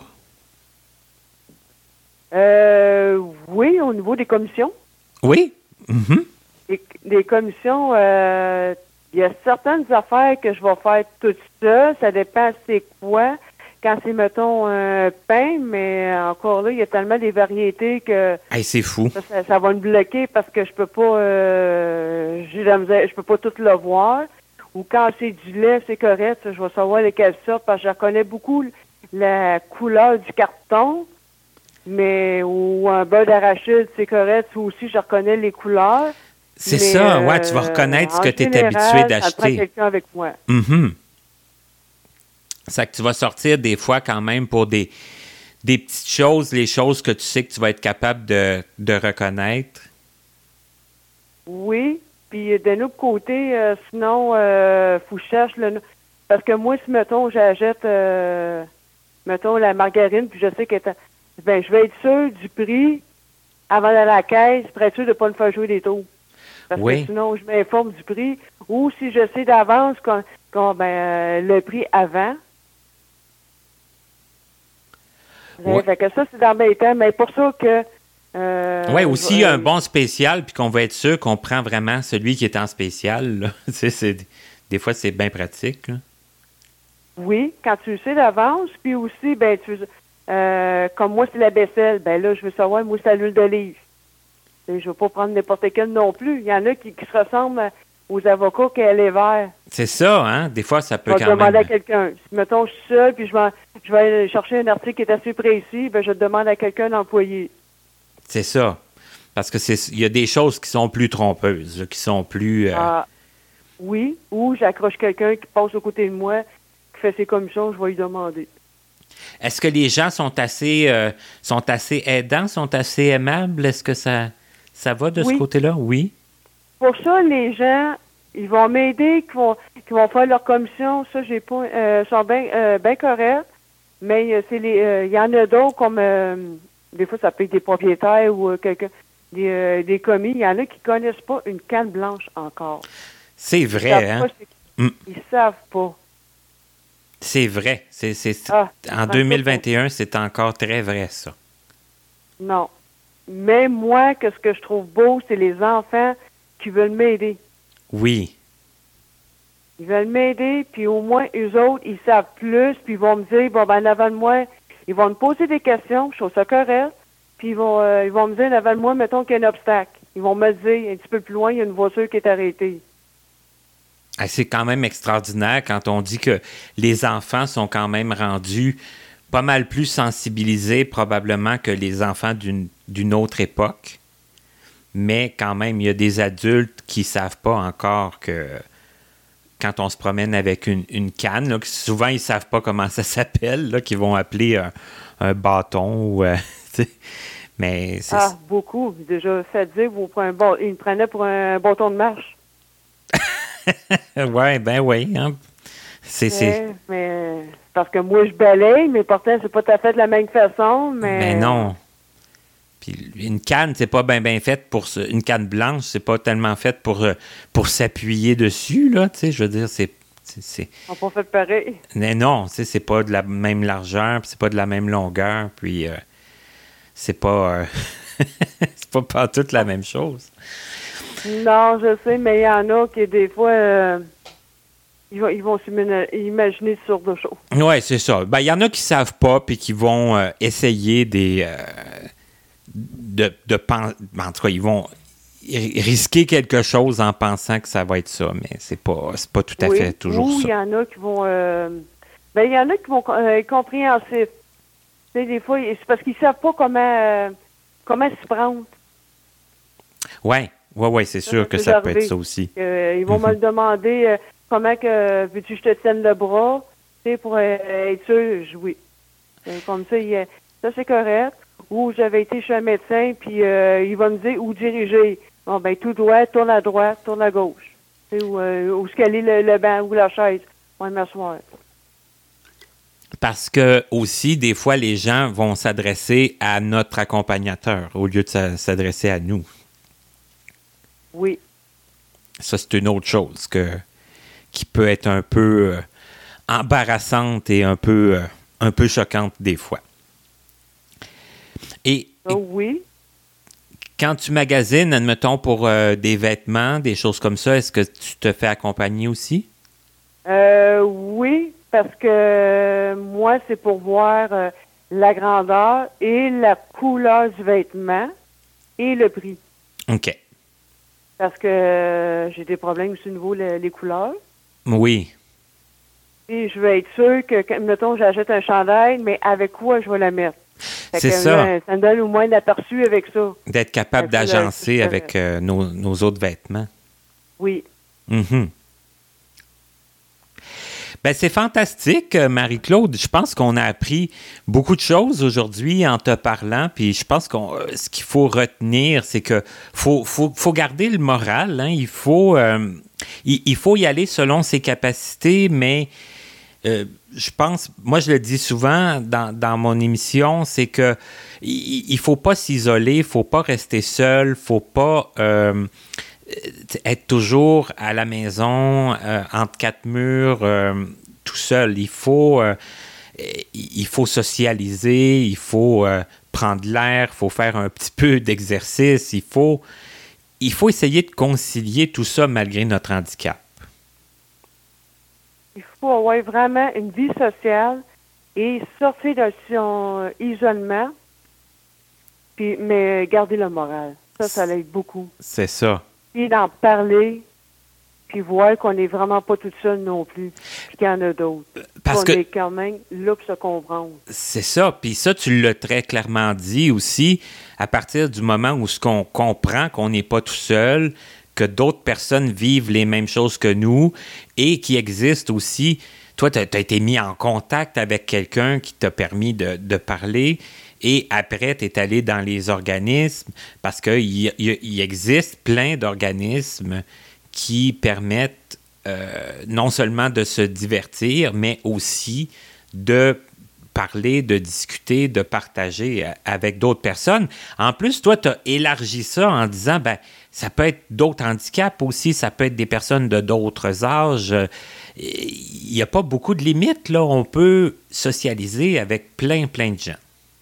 Speaker 3: Oui, au niveau des commissions.
Speaker 2: Oui. Mm-hmm.
Speaker 3: Des commissions, il y a certaines affaires que je vais faire toute seule. Ça dépend c'est quoi. Quand c'est, mettons, un pain, mais encore là, il y a tellement des variétés que...
Speaker 2: Hey, c'est fou.
Speaker 3: Ça va me bloquer parce que je peux pas... j'ai la misère, je peux pas tout le voir. Ou quand c'est du lait, c'est correct. Je vais savoir lesquelles sortent parce que je reconnais beaucoup la couleur du carton. Mais ou un beurre d'arachide, c'est correct. Ou aussi, je reconnais les couleurs.
Speaker 2: C'est ça, ouais, tu vas reconnaître ce que tu es habitué d'acheter.
Speaker 3: Ça prend quelqu'un avec moi.
Speaker 2: Mm-hmm. C'est que tu vas sortir des fois quand même pour des petites choses, les choses que tu sais que tu vas être capable de reconnaître.
Speaker 3: Oui, puis d'un autre côté, sinon, faut que je cherche le... Parce que moi, si, mettons, j'achète, mettons, la margarine, puis je sais que ben, je vais être sûr du prix avant d'aller à la caisse, pour être sûr de ne pas me faire jouer des taux. Parce que sinon, je m'informe du prix. Ou si je sais d'avance le prix avant.
Speaker 2: Ouais.
Speaker 3: Fait que ça, c'est dans mes temps. Mais pour ça que...
Speaker 2: oui, aussi, il y a un bon spécial, puis qu'on va être sûr qu'on prend vraiment celui qui est en spécial. Là. Des fois, c'est bien pratique. Là.
Speaker 3: Oui, quand tu le sais d'avance. Puis aussi, ben comme moi, c'est la vaisselle. Ben là, je veux savoir, moi, c'est l'huile d'olive. Je ne veux pas prendre n'importe quelle non plus. Il y en a qui se ressemblent aux avocats qui ont les verts.
Speaker 2: C'est ça, hein? Des fois, ça peut quand même...
Speaker 3: Je vais demander à quelqu'un. Si, mettons, je suis seule, puis je vais aller chercher un article qui est assez précis, ben je demande à quelqu'un d'employer.
Speaker 2: C'est ça. Parce que il y a des choses qui sont plus trompeuses, là, qui sont plus...
Speaker 3: Oui, ou j'accroche quelqu'un qui passe aux côtés de moi, qui fait ses commissions, je vais lui demander.
Speaker 2: Est-ce que les gens sont assez aidants, sont assez aimables? Est-ce que ça va de ce côté-là? Oui. Pour
Speaker 3: ça, les gens, ils vont m'aider, qui vont faire leur commission. Ça, j'ai pas, sont bien corrects. Mais il y en a d'autres comme des fois ça peut être des propriétaires ou quelqu'un, des commis. Il y en a qui connaissent pas une canne blanche encore.
Speaker 2: C'est vrai, hein?
Speaker 3: Ils savent pas.
Speaker 2: C'est vrai. En 2021, c'est encore très vrai, ça.
Speaker 3: Non. Mais moi, ce que je trouve beau, c'est les enfants qui veulent m'aider.
Speaker 2: Oui.
Speaker 3: Ils veulent m'aider, puis au moins, eux autres, ils savent plus, puis ils vont me dire, bon, ben, en avant de moi, ils vont me poser des questions, je trouve ça correct, puis ils vont me dire, en avant de moi, mettons qu'il y a un obstacle. Ils vont me dire, un petit peu plus loin, il y a une voiture qui est arrêtée.
Speaker 2: C'est quand même extraordinaire quand on dit que les enfants sont quand même rendus pas mal plus sensibilisés probablement que les enfants d'une autre époque. Mais quand même, il y a des adultes qui ne savent pas encore que quand on se promène avec une canne, là, souvent ils ne savent pas comment ça s'appelle, là, qu'ils vont appeler un bâton. Ou, mais c'est...
Speaker 3: beaucoup. J'ai déjà fait dire, ils me prenaient pour un bâton de marche.
Speaker 2: oui. Hein.
Speaker 3: Mais parce que moi, je balaye, mais pourtant, c'est pas tout à fait de la même façon. Mais
Speaker 2: non. Puis une canne, c'est pas bien faite pour une canne blanche, c'est pas tellement faite pour s'appuyer dessus, là, tu sais, je veux dire, c'est...
Speaker 3: On n'a pas fait pareil.
Speaker 2: Mais non, tu sais, c'est pas de la même largeur, puis c'est pas de la même longueur, puis c'est pas... c'est pas toute la même chose.
Speaker 3: Non, je sais, mais il y en a qui, des fois... Ils vont s'imaginer toutes sortes de choses.
Speaker 2: Oui, c'est ça. Ben, il y en a qui ne savent pas puis qui vont essayer de penser. En tout cas, ils vont risquer quelque chose en pensant que ça va être ça, mais c'est pas tout à fait toujours ça.
Speaker 3: Il y en a qui vont... il y en a qui vont être compréhensifs. Tu sais, des fois, c'est parce qu'ils ne savent pas comment s'y prendre.
Speaker 2: Oui, c'est sûr que ça peut être ça aussi.
Speaker 3: Ils vont me le demander... comment que veux-tu que je te tienne le bras, tu sais, pour être sûr, oui. Comme ça, ça c'est correct. Ou j'avais été chez un médecin, puis il va me dire où diriger. Bon, ben tout droit, tourne à droite, tourne à gauche. Tu sais, où se caler le banc ou la chaise. On va m'asseoir.
Speaker 2: Parce que aussi, des fois, les gens vont s'adresser à notre accompagnateur au lieu de s'adresser à nous.
Speaker 3: Oui.
Speaker 2: Ça, c'est une autre chose qui peut être un peu embarrassante et un peu choquante des fois. Et
Speaker 3: oui.
Speaker 2: Quand tu magasines, admettons, pour des vêtements, des choses comme ça, est-ce que tu te fais accompagner aussi?
Speaker 3: Oui, parce que moi, c'est pour voir la grandeur et la couleur du vêtement et le prix.
Speaker 2: OK.
Speaker 3: Parce que j'ai des problèmes aussi au niveau les couleurs.
Speaker 2: Oui.
Speaker 3: Et je veux être sûre que, mettons, j'achète un chandail, mais avec quoi je vais la mettre?
Speaker 2: C'est ça.
Speaker 3: Ça me donne au moins d'aperçu avec ça.
Speaker 2: D'être capable d'agencer avec nos autres vêtements.
Speaker 3: Oui.
Speaker 2: Mm-hmm. Ben, c'est fantastique, Marie-Claude. Je pense qu'on a appris beaucoup de choses aujourd'hui en te parlant. Puis je pense que ce qu'il faut retenir, c'est que faut garder le moral. Hein? Il faut y aller selon ses capacités, mais je pense, moi je le dis souvent dans mon émission, c'est que il faut pas s'isoler, il faut pas rester seul, faut pas être toujours à la maison, entre quatre murs, tout seul. Il faut socialiser, il faut prendre l'air, il faut faire un petit peu d'exercice, il faut essayer de concilier tout ça malgré notre handicap.
Speaker 3: Il faut avoir vraiment une vie sociale et sortir de son isolement, mais garder le moral. Ça l'aide beaucoup.
Speaker 2: C'est ça.
Speaker 3: Puis d'en parler, puis voir qu'on n'est vraiment pas tout seul non plus, puis qu'il y en a d'autres. Parce qu'on est quand même là pour se comprendre.
Speaker 2: C'est ça. Puis ça, tu l'as très clairement dit aussi, à partir du moment où on comprend qu'on n'est pas tout seul, que d'autres personnes vivent les mêmes choses que nous et qui existent aussi. Toi, tu as été mis en contact avec quelqu'un qui t'a permis de parler. Et après, tu es allé dans les organismes parce qu'il existe plein d'organismes qui permettent non seulement de se divertir, mais aussi de parler, de discuter, de partager avec d'autres personnes. En plus, toi, tu as élargi ça en disant, ben, ça peut être d'autres handicaps aussi, ça peut être des personnes de d'autres âges. Il n'y a pas beaucoup de limites, là. On peut socialiser avec plein de gens.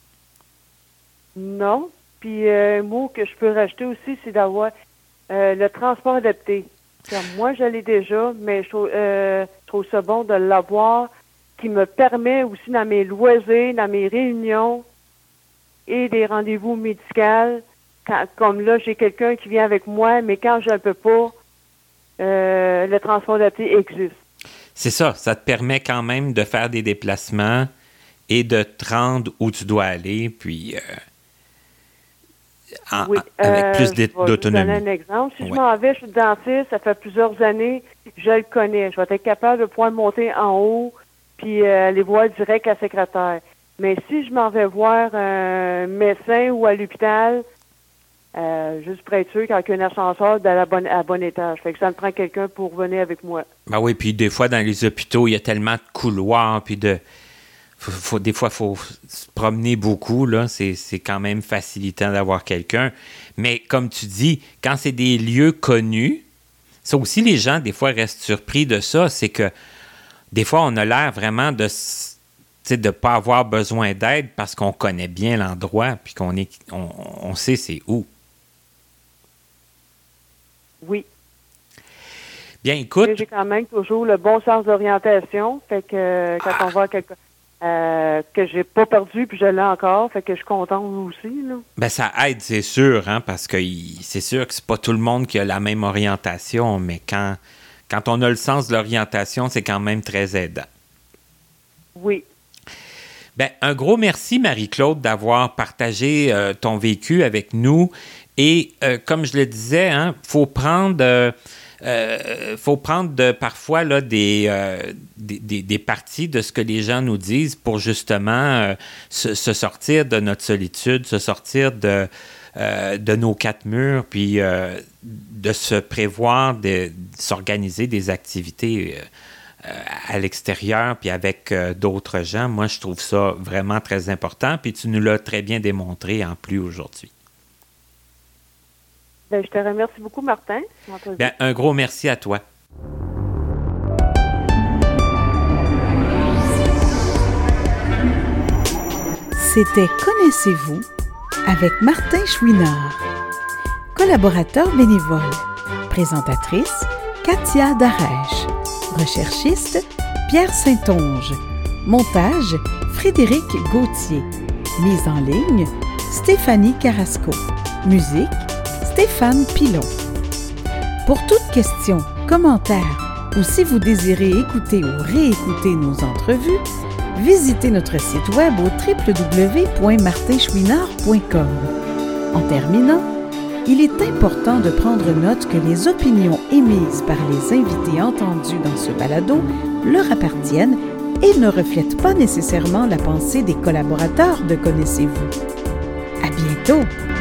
Speaker 3: Non. Puis un mot que je peux rajouter aussi, c'est d'avoir le transport adapté. Moi, je l'ai déjà, mais je trouve ça bon de l'avoir, qui me permet aussi dans mes loisirs, dans mes réunions et des rendez-vous médicaux. Comme là, j'ai quelqu'un qui vient avec moi, mais quand je ne peux pas, le transport adapté existe.
Speaker 2: C'est ça. Ça te permet quand même de faire des déplacements et de te rendre où tu dois aller, puis avec plus d'autonomie.
Speaker 3: Je vais vous donner un exemple. Si je m'en vais, je suis dentiste, ça fait plusieurs années, je le connais. Je vais être capable de pouvoir monter en haut puis aller voir direct la secrétaire. Mais si je m'en vais voir un médecin ou à l'hôpital, juste pour être sûr, quand il y a un ascenseur, d'aller à bon étage. Fait que ça me prend quelqu'un pour venir avec moi.
Speaker 2: Ben oui, puis des fois, dans les hôpitaux, il y a tellement de couloirs, puis des fois, il faut se promener beaucoup, là. C'est quand même facilitant d'avoir quelqu'un. Mais comme tu dis, quand c'est des lieux connus, ça aussi, les gens, des fois, restent surpris de ça. C'est que des fois, on a l'air vraiment de ne pas avoir besoin d'aide parce qu'on connaît bien l'endroit, puis on sait c'est où.
Speaker 3: Oui.
Speaker 2: Bien, écoute.
Speaker 3: J'ai quand même toujours le bon sens d'orientation. Fait que quand on voit quelqu'un que j'ai pas perdu, puis je l'ai encore, fait que je suis contente aussi, là.
Speaker 2: Ben, ça aide, c'est sûr, hein, parce que c'est sûr que c'est pas tout le monde qui a la même orientation, mais quand on a le sens de l'orientation, c'est quand même très aidant.
Speaker 3: Oui.
Speaker 2: Ben, un gros merci, Marie-Claude, d'avoir partagé ton vécu avec nous. Et comme je le disais, hein, faut prendre parfois là, des parties de ce que les gens nous disent pour justement se sortir de notre solitude, se sortir de nos quatre murs, puis de se prévoir, de s'organiser des activités à l'extérieur, puis avec d'autres gens. Moi, je trouve ça vraiment très important, puis tu nous l'as très bien démontré en plus aujourd'hui.
Speaker 3: Ben, je te remercie beaucoup, Martin.
Speaker 2: Bien, un gros merci à toi.
Speaker 1: C'était Connaissez-vous avec Martin Chouinard. Collaborateur bénévole. Présentatrice, Katia Darèche. Recherchiste, Pierre Saint-Onge. Montage, Frédéric Gauthier. Mise en ligne, Stéphanie Carrasco. Musique, Stéphane Pilon. Pour toute question, commentaire ou si vous désirez écouter ou réécouter nos entrevues, visitez notre site web au www.martinchouinard.com. En terminant, il est important de prendre note que les opinions émises par les invités entendus dans ce balado leur appartiennent et ne reflètent pas nécessairement la pensée des collaborateurs de Connaissez-vous. À bientôt!